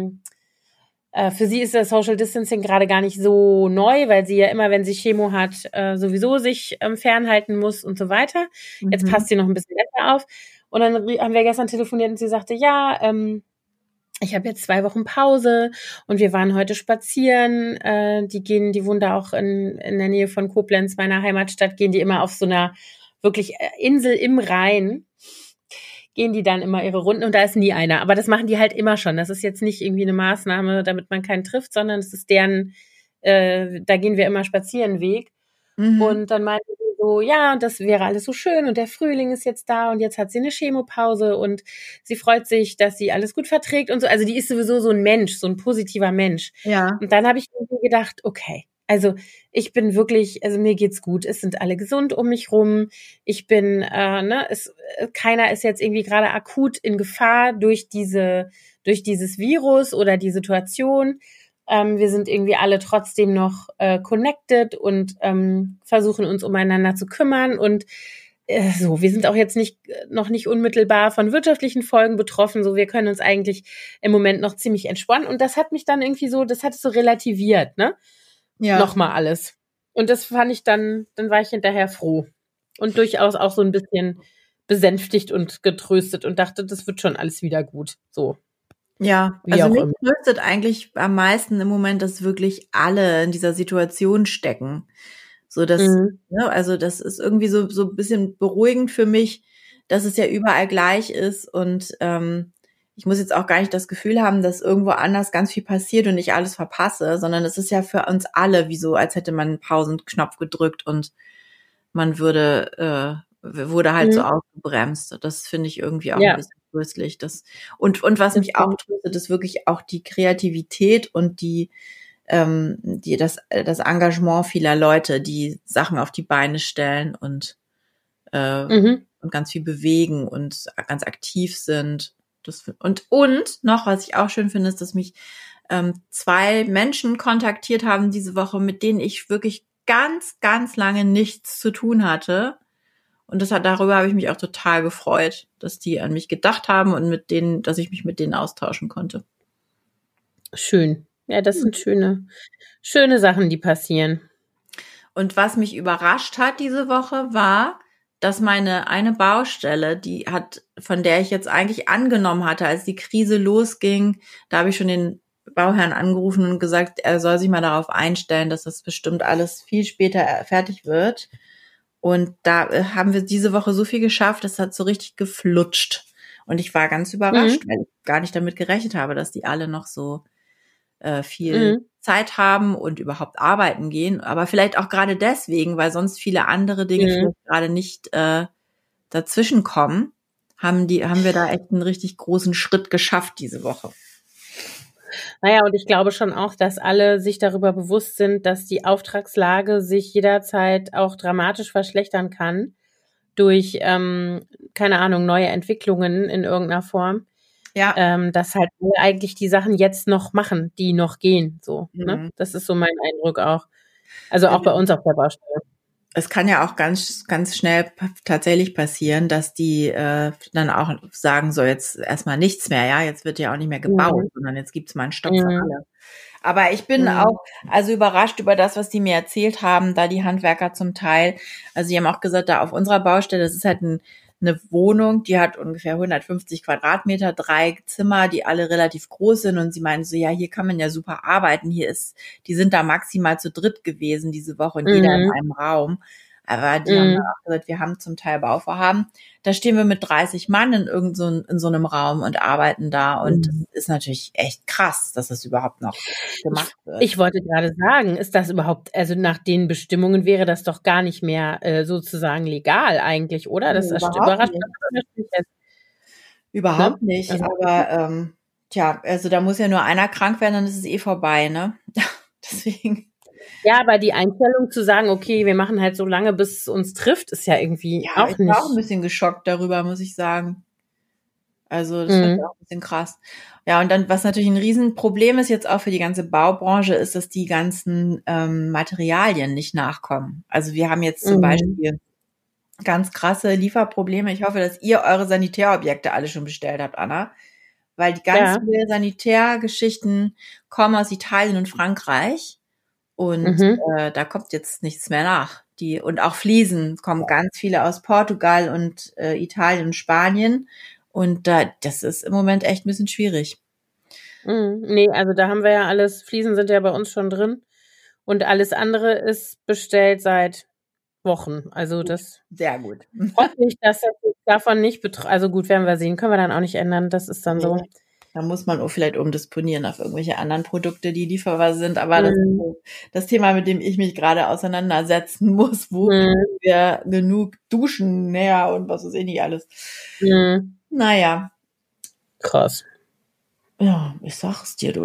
für sie ist das Social Distancing gerade gar nicht so neu, weil sie ja immer, wenn sie Chemo hat, sowieso sich fernhalten muss und so weiter. Jetzt Mhm. passt sie noch ein bisschen besser auf. Und dann haben wir gestern telefoniert und sie sagte, ja, ich habe jetzt 2 Wochen Pause und wir waren heute spazieren. Die wohnen da auch in der Nähe von Koblenz, meiner Heimatstadt, gehen die immer auf so einer wirklich Insel im Rhein, gehen die dann immer ihre Runden und da ist nie einer. Aber das machen die halt immer schon. Das ist jetzt nicht irgendwie eine Maßnahme, damit man keinen trifft, sondern es ist deren, da gehen wir immer spazieren Weg. Mhm. Und dann meinte sie so, ja, und das wäre alles so schön und der Frühling ist jetzt da und jetzt hat sie eine Chemopause und sie freut sich, dass sie alles gut verträgt und so. Also die ist sowieso so ein Mensch, so ein positiver Mensch. Ja. Und dann habe ich irgendwie gedacht, okay, also ich bin wirklich, also mir geht's gut. Es sind alle gesund um mich rum. Ich bin, keiner ist jetzt irgendwie gerade akut in Gefahr durch dieses Virus oder die Situation. Wir sind irgendwie alle trotzdem noch connected und versuchen uns umeinander zu kümmern und so, wir sind auch jetzt noch nicht unmittelbar von wirtschaftlichen Folgen betroffen, so wir können uns eigentlich im Moment noch ziemlich entspannen und das hat mich dann irgendwie so, das hat es so relativiert, ne? Ja. Nochmal alles. Und das fand ich dann war ich hinterher froh und durchaus auch so ein bisschen besänftigt und getröstet und dachte, das wird schon alles wieder gut, so, Ja, wie also auch mich immer. tröstet eigentlich am meisten im Moment, dass wirklich alle in dieser Situation stecken. So dass, Mhm. ne, also das ist irgendwie so ein bisschen beruhigend für mich, dass es ja überall gleich ist und ich muss jetzt auch gar nicht das Gefühl haben, dass irgendwo anders ganz viel passiert und ich alles verpasse, sondern es ist ja für uns alle wie so, als hätte man einen Pausenknopf gedrückt und man wurde halt so Mhm. ausgebremst. Das finde ich irgendwie auch ein Ja, bisschen tröstlich. Und was das mich auch stimmt. tröstet, ist wirklich auch die Kreativität und das Engagement vieler Leute, die Sachen auf die Beine stellen äh, Mhm. und ganz viel bewegen und ganz aktiv sind. Und noch, was ich auch schön finde, ist, dass mich 2 Menschen kontaktiert haben diese Woche, mit denen ich wirklich ganz, ganz lange nichts zu tun hatte. Und darüber habe ich mich auch total gefreut, dass die an mich gedacht haben und dass ich mich mit denen austauschen konnte. Schön. Ja, das sind schöne Sachen, die passieren. Und was mich überrascht hat diese Woche war, dass meine eine Baustelle, von der ich jetzt eigentlich angenommen hatte, als die Krise losging, da habe ich schon den Bauherrn angerufen und gesagt, er soll sich mal darauf einstellen, dass das bestimmt alles viel später fertig wird. Und da haben wir diese Woche so viel geschafft, es hat so richtig geflutscht. Und ich war ganz überrascht, weil ich gar nicht damit gerechnet habe, dass die alle noch so viel Zeit haben und überhaupt arbeiten gehen. Aber vielleicht auch gerade deswegen, weil sonst viele andere Dinge vielleicht gerade nicht dazwischen kommen, haben wir da echt einen richtig großen Schritt geschafft diese Woche. Naja, und ich glaube schon auch, dass alle sich darüber bewusst sind, dass die Auftragslage sich jederzeit auch dramatisch verschlechtern kann durch, keine Ahnung, neue Entwicklungen in irgendeiner Form. Ja. Dass halt alle eigentlich die Sachen jetzt noch machen, die noch gehen, so, ne? Das ist so mein Eindruck auch. Also auch bei uns auf der Baustelle. Es kann ja auch ganz, ganz schnell tatsächlich passieren, dass die dann auch sagen, so jetzt erstmal nichts mehr, ja, jetzt wird ja auch nicht mehr gebaut, sondern jetzt gibt's mal einen Stopp für alle. Aber ich bin auch also überrascht über das, was die mir erzählt haben, da die Handwerker zum Teil, also die haben auch gesagt, da auf unserer Baustelle, das ist halt eine Wohnung, die hat ungefähr 150 Quadratmeter, 3 Zimmer, die alle relativ groß sind und sie meinen so, ja, hier kann man ja super arbeiten, die sind da maximal zu dritt gewesen diese Woche und jeder in einem Raum. Aber die haben dann auch gesagt, wir haben zum Teil Bauvorhaben. Da stehen wir mit 30 Mann in so einem Raum und arbeiten da. Und das ist natürlich echt krass, dass das überhaupt noch gemacht wird. Ich wollte gerade sagen, ist das überhaupt, also nach den Bestimmungen wäre das doch gar nicht mehr sozusagen legal eigentlich, oder? Das überrascht mich jetzt. Überhaupt nicht. Also, aber also da muss ja nur einer krank werden, dann ist es eh vorbei, ne? Deswegen. Ja, aber die Einstellung zu sagen, okay, wir machen halt so lange, bis es uns trifft, ist ja irgendwie auch nicht. Ich war auch ein bisschen geschockt darüber, muss ich sagen. Also das fand ich auch ein bisschen krass. Ja, und dann, was natürlich ein Riesenproblem ist jetzt auch für die ganze Baubranche, ist, dass die ganzen Materialien nicht nachkommen. Also wir haben jetzt zum Beispiel ganz krasse Lieferprobleme. Ich hoffe, dass ihr eure Sanitärobjekte alle schon bestellt habt, Anna. Weil die ganzen Sanitärgeschichten kommen aus Italien und Frankreich. Und da kommt jetzt nichts mehr nach. Und auch Fliesen kommen ganz viele aus Portugal und Italien und Spanien. Und das ist im Moment echt ein bisschen schwierig. Nee, also da haben wir ja alles, Fliesen sind ja bei uns schon drin. Und alles andere ist bestellt seit Wochen. Also das sehr gut. Freut mich, dass das davon nicht also gut, werden wir sehen. Können wir dann auch nicht ändern. Das ist dann so. Da muss man auch vielleicht umdisponieren auf irgendwelche anderen Produkte, die lieferbar sind. Aber das ist so das Thema, mit dem ich mich gerade auseinandersetzen muss. Wo wir genug Duschen näher und was weiß ich nicht alles. Naja. Krass. Ja, ich sag es dir,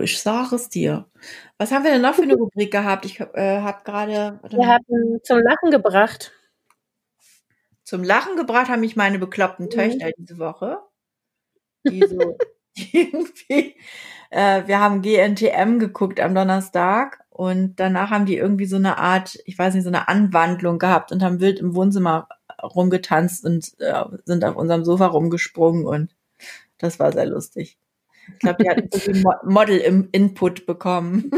Was haben wir denn noch für eine Rubrik gehabt? Ich habe gerade... Wir hatten zum Lachen gebracht. Zum Lachen gebracht haben mich meine bekloppten Töchter diese Woche. Die so... irgendwie, wir haben GNTM geguckt am Donnerstag und danach haben die irgendwie so eine Art, ich weiß nicht, so eine Anwandlung gehabt und haben wild im Wohnzimmer rumgetanzt und sind auf unserem Sofa rumgesprungen und das war sehr lustig. Ich glaube, die hatten so Model im Input bekommen.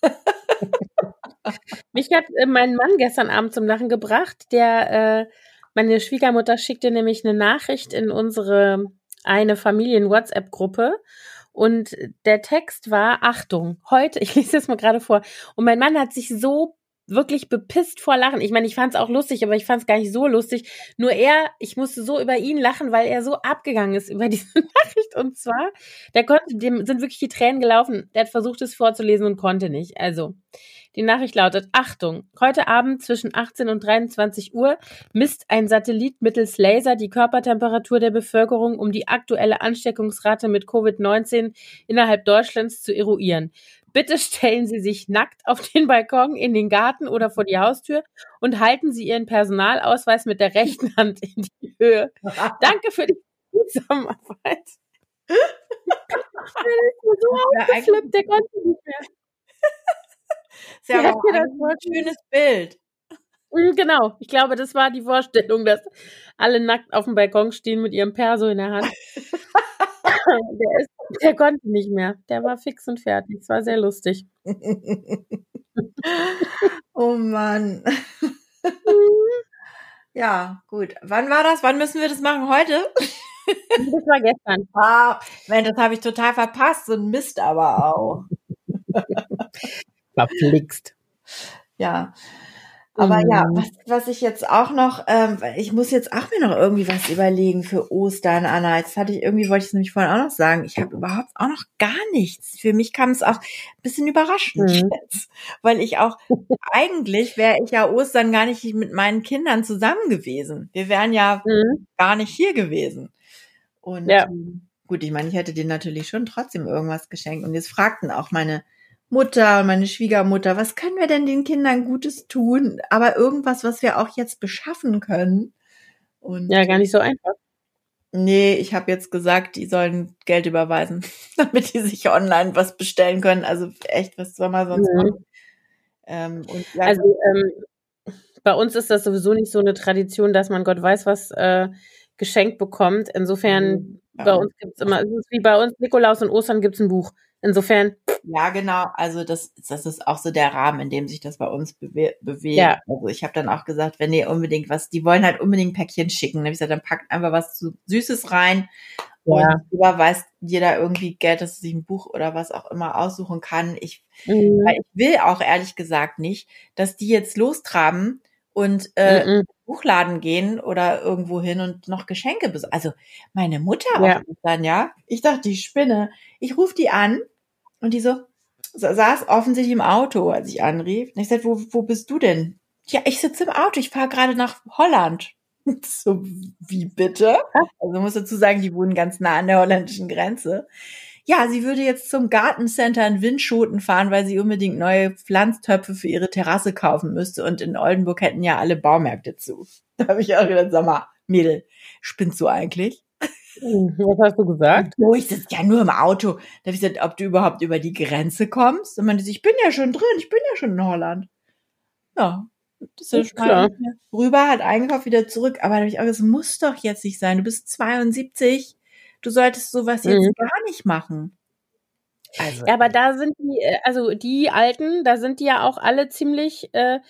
Mich hat mein Mann gestern Abend zum Lachen gebracht. Meine Schwiegermutter schickte nämlich eine Nachricht in eine Familien-WhatsApp-Gruppe und der Text war, Achtung, heute, ich lese das mal gerade vor, und mein Mann hat sich so wirklich bepisst vor Lachen. Ich meine, ich fand es auch lustig, aber ich fand es gar nicht so lustig. Nur ich musste so über ihn lachen, weil er so abgegangen ist über diese Nachricht. Und zwar, dem sind wirklich die Tränen gelaufen. Der hat versucht, es vorzulesen und konnte nicht. Also, die Nachricht lautet, Achtung, heute Abend zwischen 18 und 23 Uhr misst ein Satellit mittels Laser die Körpertemperatur der Bevölkerung, um die aktuelle Ansteckungsrate mit Covid-19 innerhalb Deutschlands zu eruieren. Bitte stellen Sie sich nackt auf den Balkon, in den Garten oder vor die Haustür und halten Sie Ihren Personalausweis mit der rechten Hand in die Höhe. Danke für die Zusammenarbeit. Der ist so aufgeflippt, der konnte nicht mehr. Ist ja aber ein schönes Bild. Genau, ich glaube, das war die Vorstellung, dass alle nackt auf dem Balkon stehen mit ihrem Perso in der Hand. Der konnte nicht mehr. Der war fix und fertig. Es war sehr lustig. Oh Mann. Ja, gut. Wann war das? Wann müssen wir das machen? Heute? Das war gestern. Mensch, das habe ich total verpasst. So ein Mist aber auch. Verflixt. Ja. Aber ja, was ich jetzt auch noch, ich muss jetzt auch mir noch irgendwie was überlegen für Ostern, Anna. Jetzt wollte ich es nämlich vorhin auch noch sagen. Ich habe überhaupt auch noch gar nichts. Für mich kam es auch ein bisschen überraschend jetzt, weil eigentlich wäre ich ja Ostern gar nicht mit meinen Kindern zusammen gewesen. Wir wären ja gar nicht hier gewesen. Und gut, ich meine, ich hätte denen natürlich schon trotzdem irgendwas geschenkt. Und jetzt fragten auch meine Mutter und meine Schwiegermutter, was können wir denn den Kindern Gutes tun? Aber irgendwas, was wir auch jetzt beschaffen können. Und ja, gar nicht so einfach. Nee, ich habe jetzt gesagt, die sollen Geld überweisen, damit die sich online was bestellen können. Also echt, was soll man sonst machen? Bei uns ist das sowieso nicht so eine Tradition, dass man Gott weiß was geschenkt bekommt. Insofern, bei uns gibt's immer, es ist wie bei uns Nikolaus und Ostern gibt's ein Buch. Insofern. Ja, genau. Also das ist auch so der Rahmen, in dem sich das bei uns bewegt. Ja. Also ich habe dann auch gesagt, wenn ihr unbedingt die wollen halt unbedingt Päckchen schicken. Dann habe ich gesagt, dann packt einfach was Süßes rein und überweist jeder irgendwie Geld, dass sie sich ein Buch oder was auch immer aussuchen kann. Weil ich will auch ehrlich gesagt nicht, dass die jetzt lostraben und Buchladen gehen oder irgendwo hin und noch Geschenke besorgen. Also meine Mutter auch dann, ich dachte, die spinne. Ich rufe die an und die saß offensichtlich im Auto, als ich anrief. Und ich sagte, wo bist du denn? Ja, ich sitze im Auto, ich fahre gerade nach Holland. So, wie bitte? Also muss dazu sagen, die wohnen ganz nah an der holländischen Grenze. Ja, sie würde jetzt zum Gartencenter in Winschoten fahren, weil sie unbedingt neue Pflanztöpfe für ihre Terrasse kaufen müsste. Und in Oldenburg hätten ja alle Baumärkte zu. Da habe ich auch gedacht, sag mal, Mädel, spinnst du eigentlich? Was hast du gesagt? Ich sitze ja nur im Auto. Da habe ich gesagt, ob du überhaupt über die Grenze kommst. Und meinte sie, ich bin ja schon drin, ich bin ja schon in Holland. Ja, das ist klar. Rüber, hat eingekauft, wieder zurück. Aber da habe ich auch gesagt, das muss doch jetzt nicht sein. Du bist 72. Du solltest sowas jetzt gar nicht machen. Also, ja, aber da sind die Alten, da sind die ja auch alle ziemlich,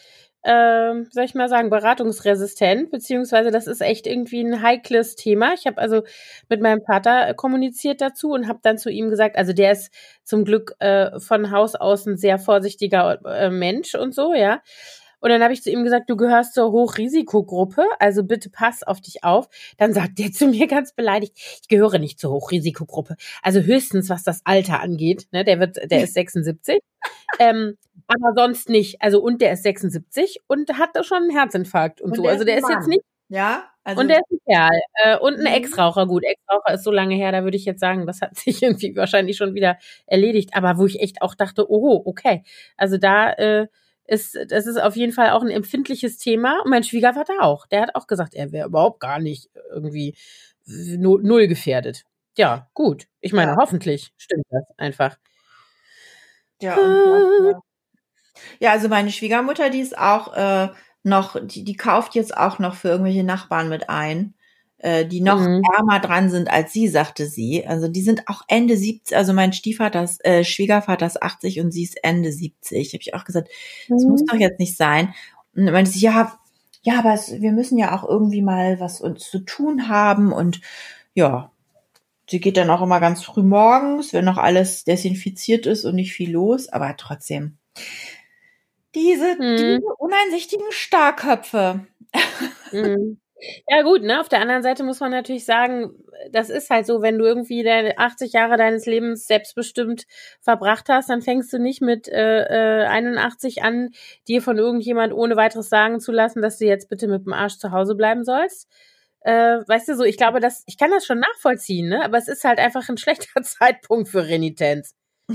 soll ich mal sagen, beratungsresistent, beziehungsweise das ist echt irgendwie ein heikles Thema. Ich habe also mit meinem Vater kommuniziert dazu und habe dann zu ihm gesagt, also der ist zum Glück von Haus aus ein sehr vorsichtiger Mensch und so, ja. Und dann habe ich zu ihm gesagt, du gehörst zur Hochrisikogruppe, also bitte pass auf dich auf. Dann sagt der zu mir ganz beleidigt, ich gehöre nicht zur Hochrisikogruppe. Also höchstens, was das Alter angeht. Ne? Der ist 76. Aber sonst nicht. Also, und der ist 76 und hat da schon einen Herzinfarkt und so. Also der ist jetzt nicht. Ja, also. Und der ist ein Kerl. Und ein Ex-Raucher. Gut, Ex-Raucher ist so lange her, da würde ich jetzt sagen, das hat sich irgendwie wahrscheinlich schon wieder erledigt. Aber wo ich echt auch dachte, oho, okay. Also das ist auf jeden Fall auch ein empfindliches Thema. Und mein Schwiegervater auch. Der hat auch gesagt, er wäre überhaupt gar nicht irgendwie null gefährdet. Ja, gut. Ich meine, hoffentlich stimmt das einfach. Ja, also meine Schwiegermutter, die ist auch noch, die kauft jetzt auch noch für irgendwelche Nachbarn mit ein, die noch ärmer dran sind als sie, sagte sie. Also die sind auch Ende 70, also mein Schwiegervater ist 80 und sie ist Ende 70. Habe ich auch gesagt, das muss doch jetzt nicht sein. Und dann meinte sie, ja, aber wir müssen ja auch irgendwie mal was uns zu tun haben und ja, sie geht dann auch immer ganz früh morgens, wenn noch alles desinfiziert ist und nicht viel los, aber trotzdem. Diese uneinsichtigen Starrköpfe. Ja gut, ne? Auf der anderen Seite muss man natürlich sagen, das ist halt so, wenn du irgendwie deine 80 Jahre deines Lebens selbstbestimmt verbracht hast, dann fängst du nicht mit 81 an, dir von irgendjemand ohne weiteres sagen zu lassen, dass du jetzt bitte mit dem Arsch zu Hause bleiben sollst. Weißt du so, ich glaube, ich kann das schon nachvollziehen, ne? Aber es ist halt einfach ein schlechter Zeitpunkt für Renitenz.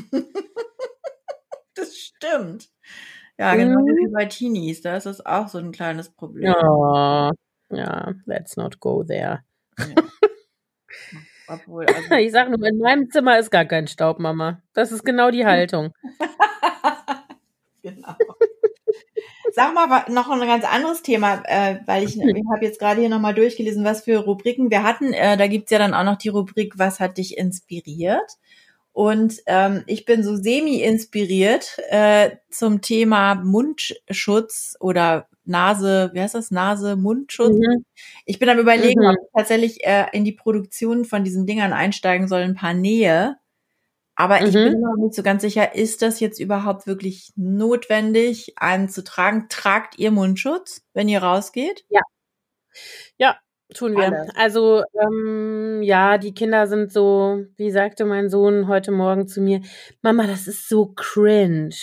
Das stimmt. Ja, genau wie bei Teenies, da ist das auch so ein kleines Problem. Ja, let's not go there. Ja. Obwohl, also ich sag nur, in meinem Zimmer ist gar kein Staub, Mama. Das ist genau die Haltung. Genau. Sag mal noch ein ganz anderes Thema, weil ich habe jetzt gerade hier nochmal durchgelesen, was für Rubriken wir hatten. Da gibt's ja dann auch noch die Rubrik, was hat dich inspiriert? Und ich bin so semi-inspiriert zum Thema Mundschutz oder Nase, wie heißt das? Nase-Mundschutz. Ich bin am Überlegen, ob ich tatsächlich in die Produktion von diesen Dingern einsteigen soll, ein paar Nähe. Aber ich bin noch nicht so ganz sicher, ist das jetzt überhaupt wirklich notwendig, einen zu tragen? Tragt ihr Mundschutz, wenn ihr rausgeht? Ja. Ja, tun wir. Alle. Also, ja, die Kinder sind so, wie sagte mein Sohn heute Morgen zu mir, Mama, das ist so cringe.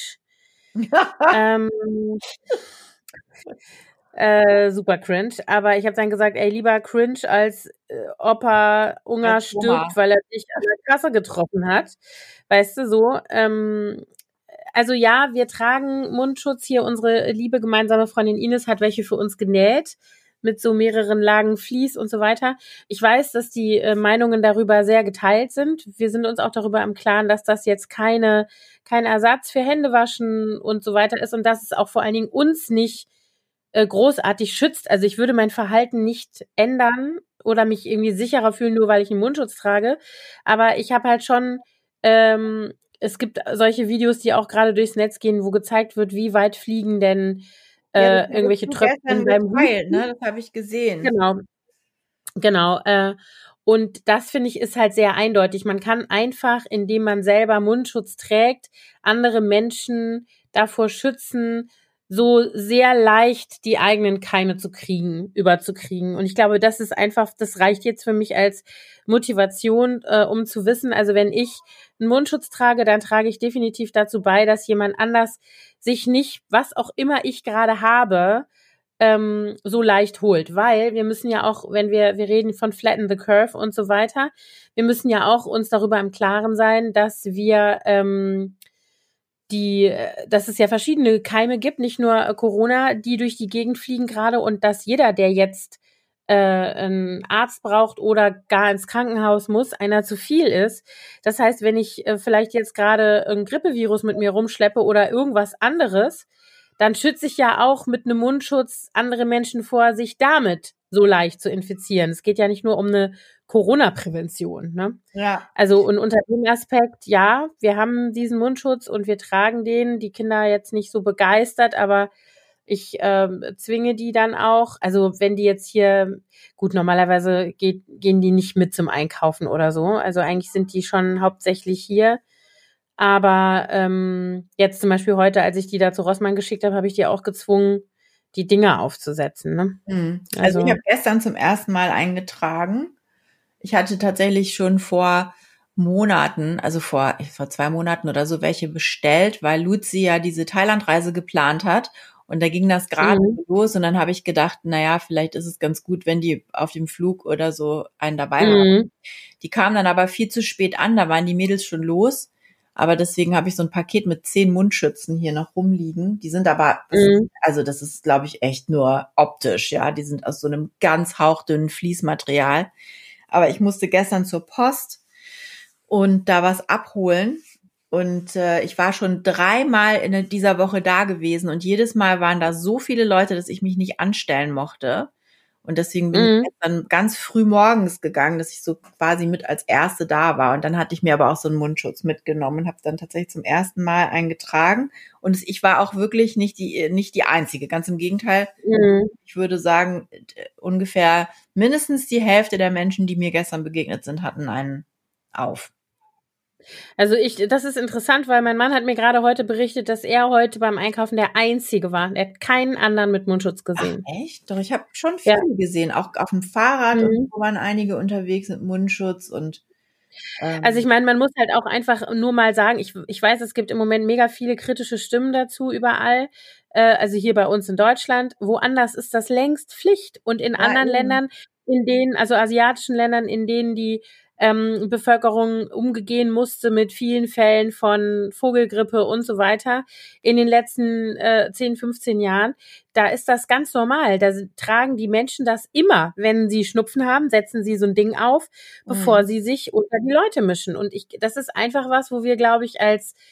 Super cringe. Aber ich habe dann gesagt, ey, lieber cringe als Opa Unger stirbt, weil er dich an der Kasse getroffen hat. Weißt du, so. Also ja, wir tragen Mundschutz hier. Unsere liebe gemeinsame Freundin Ines hat welche für uns genäht mit so mehreren Lagen Vlies und so weiter. Ich weiß, dass die Meinungen darüber sehr geteilt sind. Wir sind uns auch darüber im Klaren, dass das jetzt kein Ersatz für Händewaschen und so weiter ist und dass es auch vor allen Dingen uns nicht großartig schützt. Also ich würde mein Verhalten nicht ändern oder mich irgendwie sicherer fühlen, nur weil ich einen Mundschutz trage. Aber ich habe halt schon, es gibt solche Videos, die auch gerade durchs Netz gehen, wo gezeigt wird, wie weit fliegen denn irgendwelche Tröpfchen beim Husten. Ne? Das habe ich gesehen. Genau. Und das, finde ich, ist halt sehr eindeutig. Man kann einfach, indem man selber Mundschutz trägt, andere Menschen davor schützen, so sehr leicht die eigenen Keime überzukriegen. Und ich glaube, das ist einfach, das reicht jetzt für mich als Motivation, um zu wissen, also wenn ich einen Mundschutz trage, dann trage ich definitiv dazu bei, dass jemand anders sich nicht, was auch immer ich gerade habe, so leicht holt, weil wir müssen ja auch, wenn wir reden von Flatten the Curve und so weiter, wir müssen ja auch uns darüber im Klaren sein, dass wir dass es ja verschiedene Keime gibt, nicht nur Corona, die durch die Gegend fliegen gerade und dass jeder, der jetzt einen Arzt braucht oder gar ins Krankenhaus muss, einer zu viel ist. Das heißt, wenn ich vielleicht jetzt gerade ein Grippevirus mit mir rumschleppe oder irgendwas anderes, dann schütze ich ja auch mit einem Mundschutz andere Menschen vor, sich damit so leicht zu infizieren. Es geht ja nicht nur um eine Corona-Prävention, ne? Ja. Also und unter dem Aspekt, ja, wir haben diesen Mundschutz und wir tragen den, die Kinder jetzt nicht so begeistert, aber ich zwinge die dann auch, also wenn die jetzt hier, gut, normalerweise gehen die nicht mit zum Einkaufen oder so, also eigentlich sind die schon hauptsächlich hier, aber jetzt zum Beispiel heute, als ich die da zu Rossmann geschickt habe, habe ich die auch gezwungen, die Dinger aufzusetzen. Ne? Also ich habe gestern zum ersten Mal eingetragen. Ich hatte tatsächlich schon vor Monaten, also vor 2 Monaten oder so, welche bestellt, weil Luzi ja diese Thailand-Reise geplant hat. Und da ging das gerade los. Und dann habe ich gedacht, naja, vielleicht ist es ganz gut, wenn die auf dem Flug oder so einen dabei haben. Die kamen dann aber viel zu spät an. Da waren die Mädels schon los. Aber deswegen habe ich so ein Paket mit 10 Mundschützen hier noch rumliegen. Die sind aber, das ist, glaube ich, echt nur optisch, ja. Die sind aus so einem ganz hauchdünnen Fließmaterial. Aber ich musste gestern zur Post und da was abholen. Und ich war schon 3-mal in dieser Woche da gewesen. Und jedes Mal waren da so viele Leute, dass ich mich nicht anstellen mochte. Und deswegen bin ich dann ganz früh morgens gegangen, dass ich so quasi mit als Erste da war. Und dann hatte ich mir aber auch so einen Mundschutz mitgenommen und habe dann tatsächlich zum ersten Mal einen getragen. Und ich war auch wirklich nicht die Einzige. Ganz im Gegenteil. Ich würde sagen, ungefähr mindestens die Hälfte der Menschen, die mir gestern begegnet sind, hatten einen auf. Also das ist interessant, weil mein Mann hat mir gerade heute berichtet, dass er heute beim Einkaufen der Einzige war. Er hat keinen anderen mit Mundschutz gesehen. Ach, echt? Doch, ich habe schon viele gesehen. Auch auf dem Fahrrad und so waren einige unterwegs mit Mundschutz und also ich meine, man muss halt auch einfach nur mal sagen, ich weiß, es gibt im Moment mega viele kritische Stimmen dazu überall, also hier bei uns in Deutschland. Woanders ist das längst Pflicht und in anderen Ländern, in denen, also asiatischen Ländern, in denen die Bevölkerung umgehen musste mit vielen Fällen von Vogelgrippe und so weiter in den letzten 10, 15 Jahren, da ist das ganz normal. Da tragen die Menschen das immer, wenn sie Schnupfen haben, setzen sie so ein Ding auf, bevor sie sich unter die Leute mischen. Und das ist einfach was, wo wir, glaube ich, als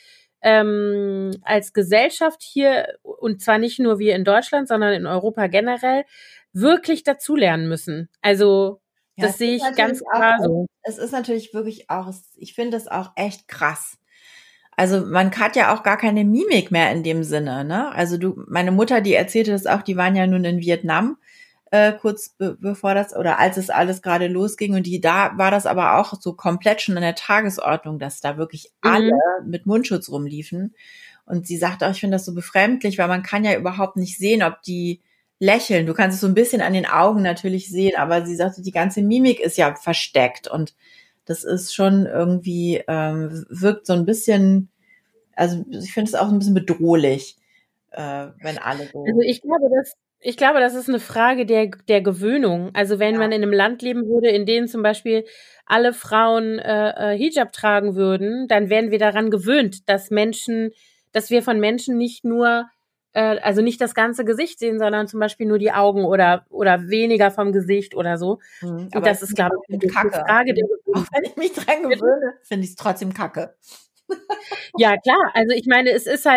als Gesellschaft hier, und zwar nicht nur wir in Deutschland, sondern in Europa generell, wirklich dazulernen müssen. Also Ja, das sehe ich ganz klar so. Es ist natürlich wirklich auch, ich finde das auch echt krass. Also man hat ja auch gar keine Mimik mehr in dem Sinne, ne? Also meine Mutter, die erzählte das auch, die waren ja nun in Vietnam, kurz bevor das, oder als es alles gerade losging, und da war das aber auch so komplett schon an der Tagesordnung, dass da wirklich alle mit Mundschutz rumliefen. Und sie sagte auch, ich finde das so befremdlich, weil man kann ja überhaupt nicht sehen, ob die lächeln. Du kannst es so ein bisschen an den Augen natürlich sehen, aber sie sagte, die ganze Mimik ist ja versteckt, und das ist schon irgendwie, wirkt so ein bisschen, also ich finde es auch ein bisschen bedrohlich, wenn alle so. Also ich glaube, das ist eine Frage der Gewöhnung. Also wenn man in einem Land leben würde, in dem zum Beispiel alle Frauen Hijab tragen würden, dann wären wir daran gewöhnt, dass wir von Menschen nicht nur, also nicht das ganze Gesicht sehen, sondern zum Beispiel nur die Augen oder weniger vom Gesicht oder so. Aber und das ist, glaube ich, eine Frage der Gewöhnung. Auch wenn ich mich dran gewöhne, finde ich es trotzdem kacke. Ja, klar. Also ich meine,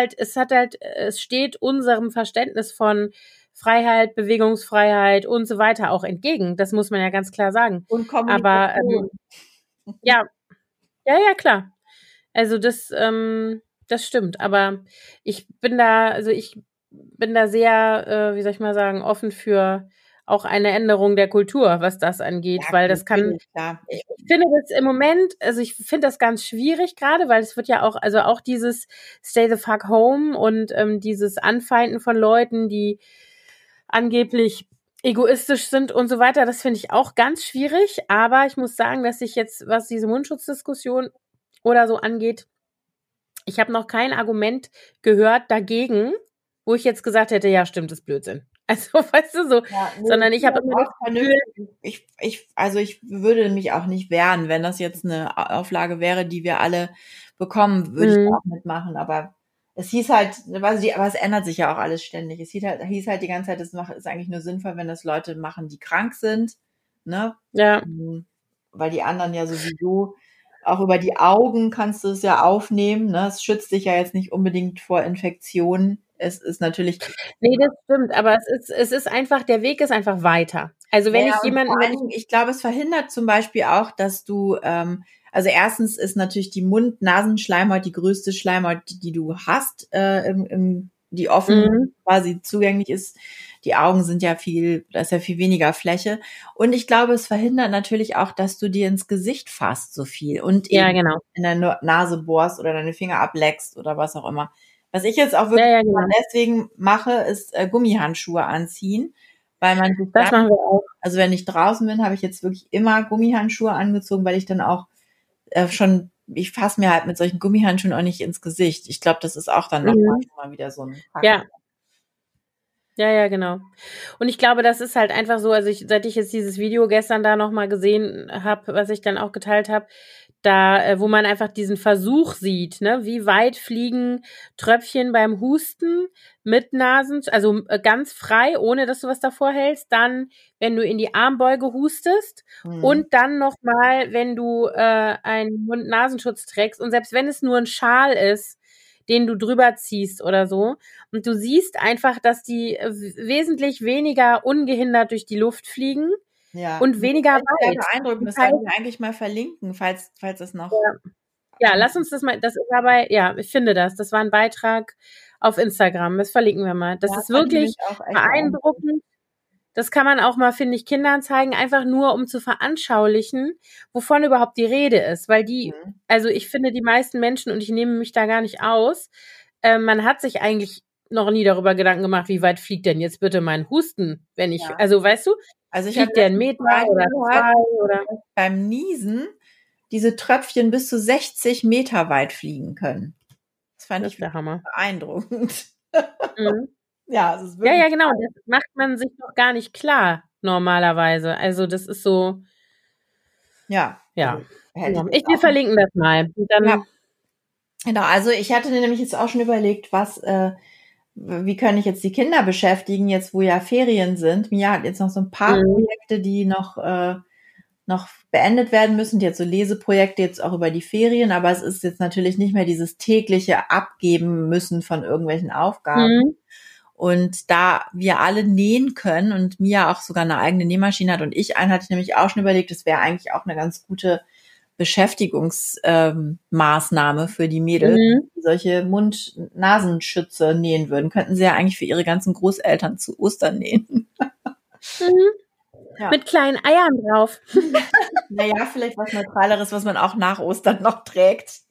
es steht unserem Verständnis von Freiheit, Bewegungsfreiheit und so weiter auch entgegen. Das muss man ja ganz klar sagen. Und Kommunikation. Aber ja, klar. Also das stimmt. Aber ich bin da sehr, wie soll ich mal sagen, offen für auch eine Änderung der Kultur, was das angeht, weil das kann, ich finde das im Moment, also ich finde das ganz schwierig gerade, weil es wird ja auch, also auch dieses Stay the fuck home und dieses Anfeinden von Leuten, die angeblich egoistisch sind und so weiter, das finde ich auch ganz schwierig, aber ich muss sagen, dass ich jetzt, was diese Mundschutzdiskussion oder so angeht, ich habe noch kein Argument gehört dagegen, wo ich jetzt gesagt hätte, ja, stimmt, ist Blödsinn. Also, weißt du, so, sondern ich habe immer das Gefühl, ich würde mich auch nicht wehren, wenn das jetzt eine Auflage wäre, die wir alle bekommen, würde ich auch mitmachen, aber es hieß halt, aber es ändert sich ja auch alles ständig. Es hieß halt die ganze Zeit, es ist eigentlich nur sinnvoll, wenn das Leute machen, die krank sind, ne? Ja. Weil die anderen ja sowieso, auch über die Augen kannst du es ja aufnehmen, ne? Es schützt dich ja jetzt nicht unbedingt vor Infektionen. Es ist natürlich. Nee, das stimmt, aber es ist einfach, der Weg ist einfach weiter. Also wenn ich jemanden. Ich glaube, es verhindert zum Beispiel auch, dass du, also erstens ist natürlich die Mund-Nasenschleimhaut die größte Schleimhaut, die du hast, die offen quasi zugänglich ist. Die Augen sind da ist ja viel weniger Fläche. Und ich glaube, es verhindert natürlich auch, dass du dir ins Gesicht fasst so viel und in der Nase bohrst oder deine Finger ableckst oder was auch immer. Was ich jetzt auch wirklich deswegen mache, ist Gummihandschuhe anziehen, weil man sich das machen wir auch. Also wenn ich draußen bin, habe ich jetzt wirklich immer Gummihandschuhe angezogen, weil ich dann auch ich fasse mir halt mit solchen Gummihandschuhen auch nicht ins Gesicht. Ich glaube, das ist auch dann mal wieder so ein Faktor. Ja, genau. Und ich glaube, das ist halt einfach so, also seit ich jetzt dieses Video gestern da nochmal gesehen habe, was ich dann auch geteilt habe, da, wo man einfach diesen Versuch sieht, ne, wie weit fliegen Tröpfchen beim Husten mit Nasen, also ganz frei, ohne dass du was davor hältst, dann, wenn du in die Armbeuge hustest und dann nochmal, wenn du einen Mund-Nasenschutz trägst und selbst wenn es nur ein Schal ist, den du drüber ziehst oder so. Und du siehst einfach, dass die wesentlich weniger ungehindert durch die Luft fliegen und weniger weit. Beeindruckend. Das sollten wir eigentlich mal verlinken, falls es noch. Ja, lass uns das mal, das ist dabei, ich finde das. Das war ein Beitrag auf Instagram. Das verlinken wir mal. Das ist wirklich beeindruckend. Das kann man auch mal, finde ich, Kindern zeigen, einfach nur, um zu veranschaulichen, wovon überhaupt die Rede ist. Weil also ich finde, die meisten Menschen, und ich nehme mich da gar nicht aus, man hat sich eigentlich noch nie darüber Gedanken gemacht, wie weit fliegt denn jetzt bitte mein Husten, wenn ich, also weißt du, fliegt der 1 Meter oder 2 oder beim Niesen diese Tröpfchen bis zu 60 Meter weit fliegen können. Das fand ich der Hammer. Beeindruckend. Ja, es ist wirklich ja, genau. Das macht man sich noch gar nicht klar, normalerweise. Also, das ist so. Ja. Wir verlinken das mal. Dann Genau, also ich hatte nämlich jetzt auch schon überlegt, wie kann ich jetzt die Kinder beschäftigen, jetzt wo ja Ferien sind. Mia hat jetzt noch so ein paar Projekte, die noch noch beendet werden müssen. Jetzt so Leseprojekte jetzt auch über die Ferien, aber es ist jetzt natürlich nicht mehr dieses tägliche Abgeben müssen von irgendwelchen Aufgaben. Mhm. Und da wir alle nähen können und Mia auch sogar eine eigene Nähmaschine hat und ich eine, hatte ich nämlich auch schon überlegt, das wäre eigentlich auch eine ganz gute Beschäftigungsmaßnahme für die Mädels, die solche Mund-Nasenschütze nähen würden. Könnten sie ja eigentlich für ihre ganzen Großeltern zu Ostern nähen. Mhm. Ja. Mit kleinen Eiern drauf. Naja, vielleicht was Neutraleres, was man auch nach Ostern noch trägt.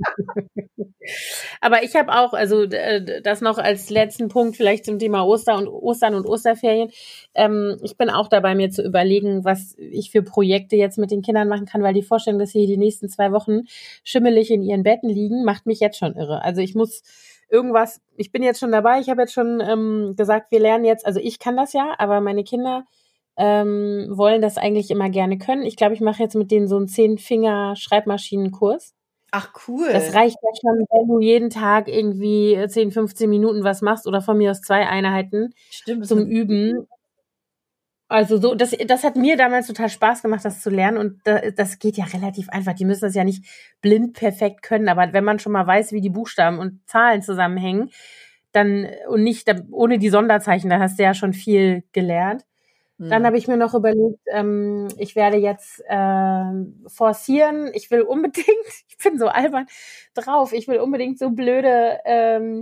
Aber ich habe auch, also das noch als letzten Punkt vielleicht zum Thema Ostern und Osterferien. Ich bin auch dabei, mir zu überlegen, was ich für Projekte jetzt mit den Kindern machen kann, weil die Vorstellung, dass sie die nächsten 2 Wochen schimmelig in ihren Betten liegen, macht mich jetzt schon irre. Also ich muss irgendwas, ich bin jetzt schon dabei, ich habe jetzt schon gesagt, wir lernen jetzt, also ich kann das ja, aber meine Kinder wollen das eigentlich immer gerne können. Ich glaube, ich mache jetzt mit denen so einen 10-Finger-Schreibmaschinenkurs. Ach, cool. Das reicht ja schon, wenn du jeden Tag irgendwie 10, 15 Minuten was machst oder von mir aus 2 Einheiten zum Üben. Also so, das hat mir damals total Spaß gemacht, das zu lernen und das geht ja relativ einfach. Die müssen das ja nicht blind perfekt können, aber wenn man schon mal weiß, wie die Buchstaben und Zahlen zusammenhängen, dann und nicht ohne die Sonderzeichen, dann hast du ja schon viel gelernt. Dann habe ich mir noch überlegt, ich werde jetzt forcieren. Ich will unbedingt, ich bin so albern drauf, ich will unbedingt so blöde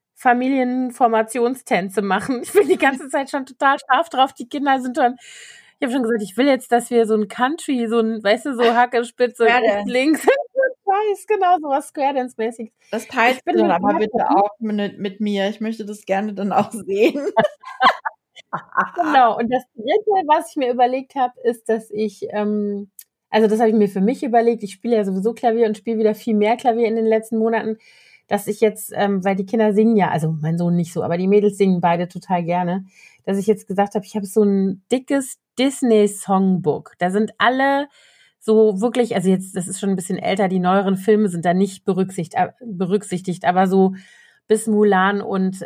Familienformationstänze machen. Ich bin die ganze Zeit schon total scharf drauf. Die Kinder sind schon, ich habe schon gesagt, ich will jetzt, dass wir so ein Country, so ein, weißt du, so Hackespitze links, weiß, genau, so was Square Dance-mäßiges. Das teilst du dann aber bitte auch mit mir. Ich möchte das gerne dann auch sehen. Genau, und das Dritte, was ich mir überlegt habe, ist, dass ich, also das habe ich mir für mich überlegt, ich spiele ja sowieso Klavier und spiele wieder viel mehr Klavier in den letzten Monaten, dass ich jetzt, weil die Kinder singen ja, also mein Sohn nicht so, aber die Mädels singen beide total gerne, dass ich jetzt gesagt habe, ich habe so ein dickes Disney-Songbook. Da sind alle so wirklich, also jetzt, das ist schon ein bisschen älter, die neueren Filme sind da nicht berücksichtigt, aber so bis Mulan und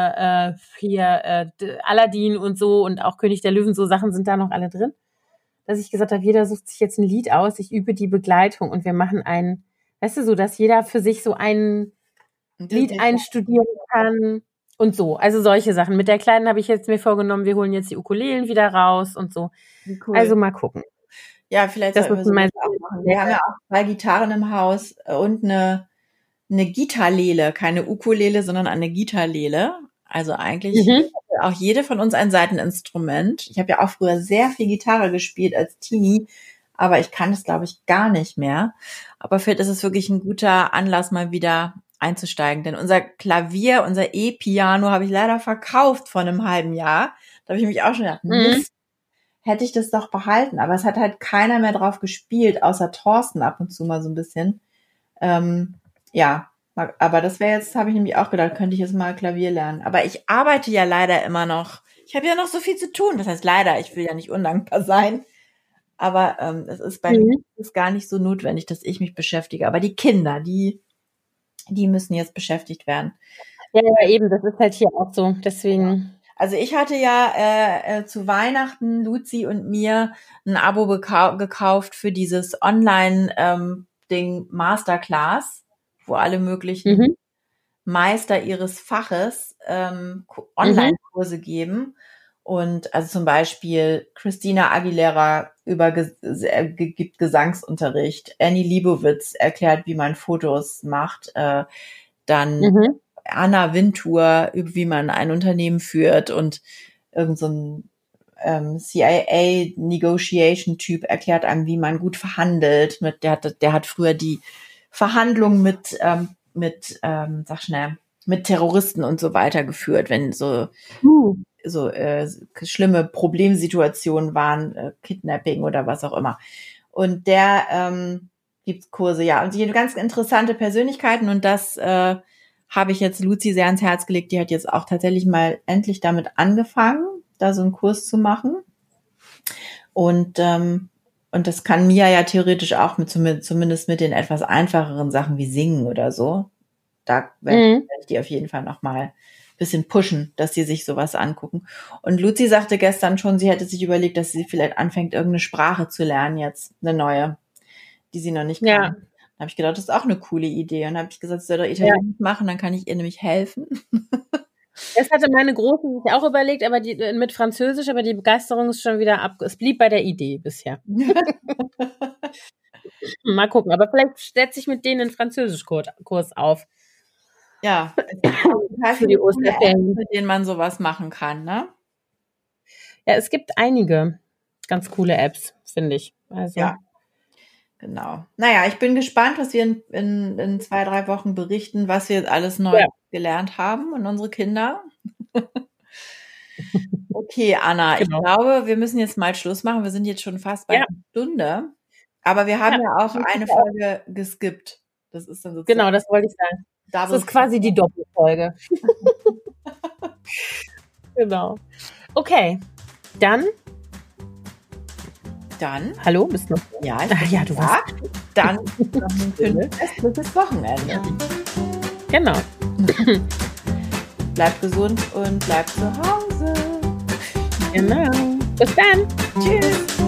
hier Aladdin und so und auch König der Löwen, so Sachen sind da noch alle drin. Dass ich gesagt habe, jeder sucht sich jetzt ein Lied aus, ich übe die Begleitung und wir machen ein, weißt du, so, dass jeder für sich so ein Lied einstudieren kann und so. Also solche Sachen. Mit der Kleinen habe ich jetzt mir vorgenommen, wir holen jetzt die Ukulelen wieder raus und so. Cool. Also mal gucken. Ja, vielleicht sollten wir sowas auch machen. Wir haben ja auch 2 Gitarren im Haus und eine Gitarlele, keine Ukulele, sondern eine Gitarlele. Also eigentlich auch jede von uns ein Saiteninstrument. Ich habe ja auch früher sehr viel Gitarre gespielt als Teenie, aber ich kann das, glaube ich, gar nicht mehr. Aber vielleicht ist es wirklich ein guter Anlass, mal wieder einzusteigen. Denn unser Klavier, unser E-Piano habe ich leider verkauft vor einem halben Jahr. Da habe ich mich auch schon gedacht, Mist, hätte ich das doch behalten. Aber es hat halt keiner mehr drauf gespielt, außer Thorsten ab und zu mal so ein bisschen. Ja, aber das wäre jetzt, habe ich nämlich auch gedacht, könnte ich jetzt mal Klavier lernen. Aber ich arbeite ja leider immer noch. Ich habe ja noch so viel zu tun. Das heißt leider, ich will ja nicht undankbar sein. Aber es ist bei mir ist gar nicht so notwendig, dass ich mich beschäftige. Aber die Kinder, die müssen jetzt beschäftigt werden. Ja, eben, das ist halt hier auch so. Deswegen. Also ich hatte ja zu Weihnachten Luzi und mir ein Abo gekauft für dieses Online-Ding Masterclass, wo alle möglichen Meister ihres Faches Online-Kurse geben. Und also zum Beispiel Christina Aguilera gibt Gesangsunterricht, Annie Leibovitz erklärt, wie man Fotos macht, dann Anna Wintour, wie man ein Unternehmen führt und irgend so ein CIA-Negotiation-Typ erklärt einem, wie man gut verhandelt. Der hat früher die Verhandlungen mit Terroristen und so weiter geführt, wenn so schlimme Problemsituationen waren, Kidnapping oder was auch immer. Und der gibt Kurse, ja. Und die ganz interessante Persönlichkeiten und das habe ich jetzt Luzi sehr ans Herz gelegt. Die hat jetzt auch tatsächlich mal endlich damit angefangen, da so einen Kurs zu machen. Und das kann Mia ja theoretisch auch zumindest mit den etwas einfacheren Sachen wie Singen oder so. Da werde ich die auf jeden Fall noch mal bisschen pushen, dass sie sich sowas angucken. Und Luzi sagte gestern schon, sie hätte sich überlegt, dass sie vielleicht anfängt, irgendeine Sprache zu lernen jetzt, eine neue, die sie noch nicht kann. Ja. Da habe ich gedacht, das ist auch eine coole Idee. Und dann habe ich gesagt, sie soll doch Italienisch machen, dann kann ich ihr nämlich helfen. Das hatte meine Große sich auch überlegt, aber mit Französisch, aber die Begeisterung ist schon wieder ab. Es blieb bei der Idee bisher. Mal gucken, aber vielleicht setze ich mit denen einen Französischkurs auf. Ja, für die Osterferien, mit denen man sowas machen kann, ne? Ja, es gibt einige ganz coole Apps, finde ich. Also. Ja, genau. Naja, ich bin gespannt, was wir in 2-3 Wochen berichten, was wir jetzt alles neu gelernt haben und unsere Kinder. Okay, Anna, ich glaube, wir müssen jetzt mal Schluss machen. Wir sind jetzt schon fast bei einer Stunde. Aber wir haben ja auch eine Folge geskippt. Das ist dann sozusagen. Genau, das wollte ich sagen. Das ist quasi die Doppelfolge. Genau. Okay, dann. Hallo, bist du noch? Ja, du warst. Dann noch ein schönes Wochenende. Genau. Bleibt gesund und bleibt zu Hause. Genau. Bis dann. Tschüss.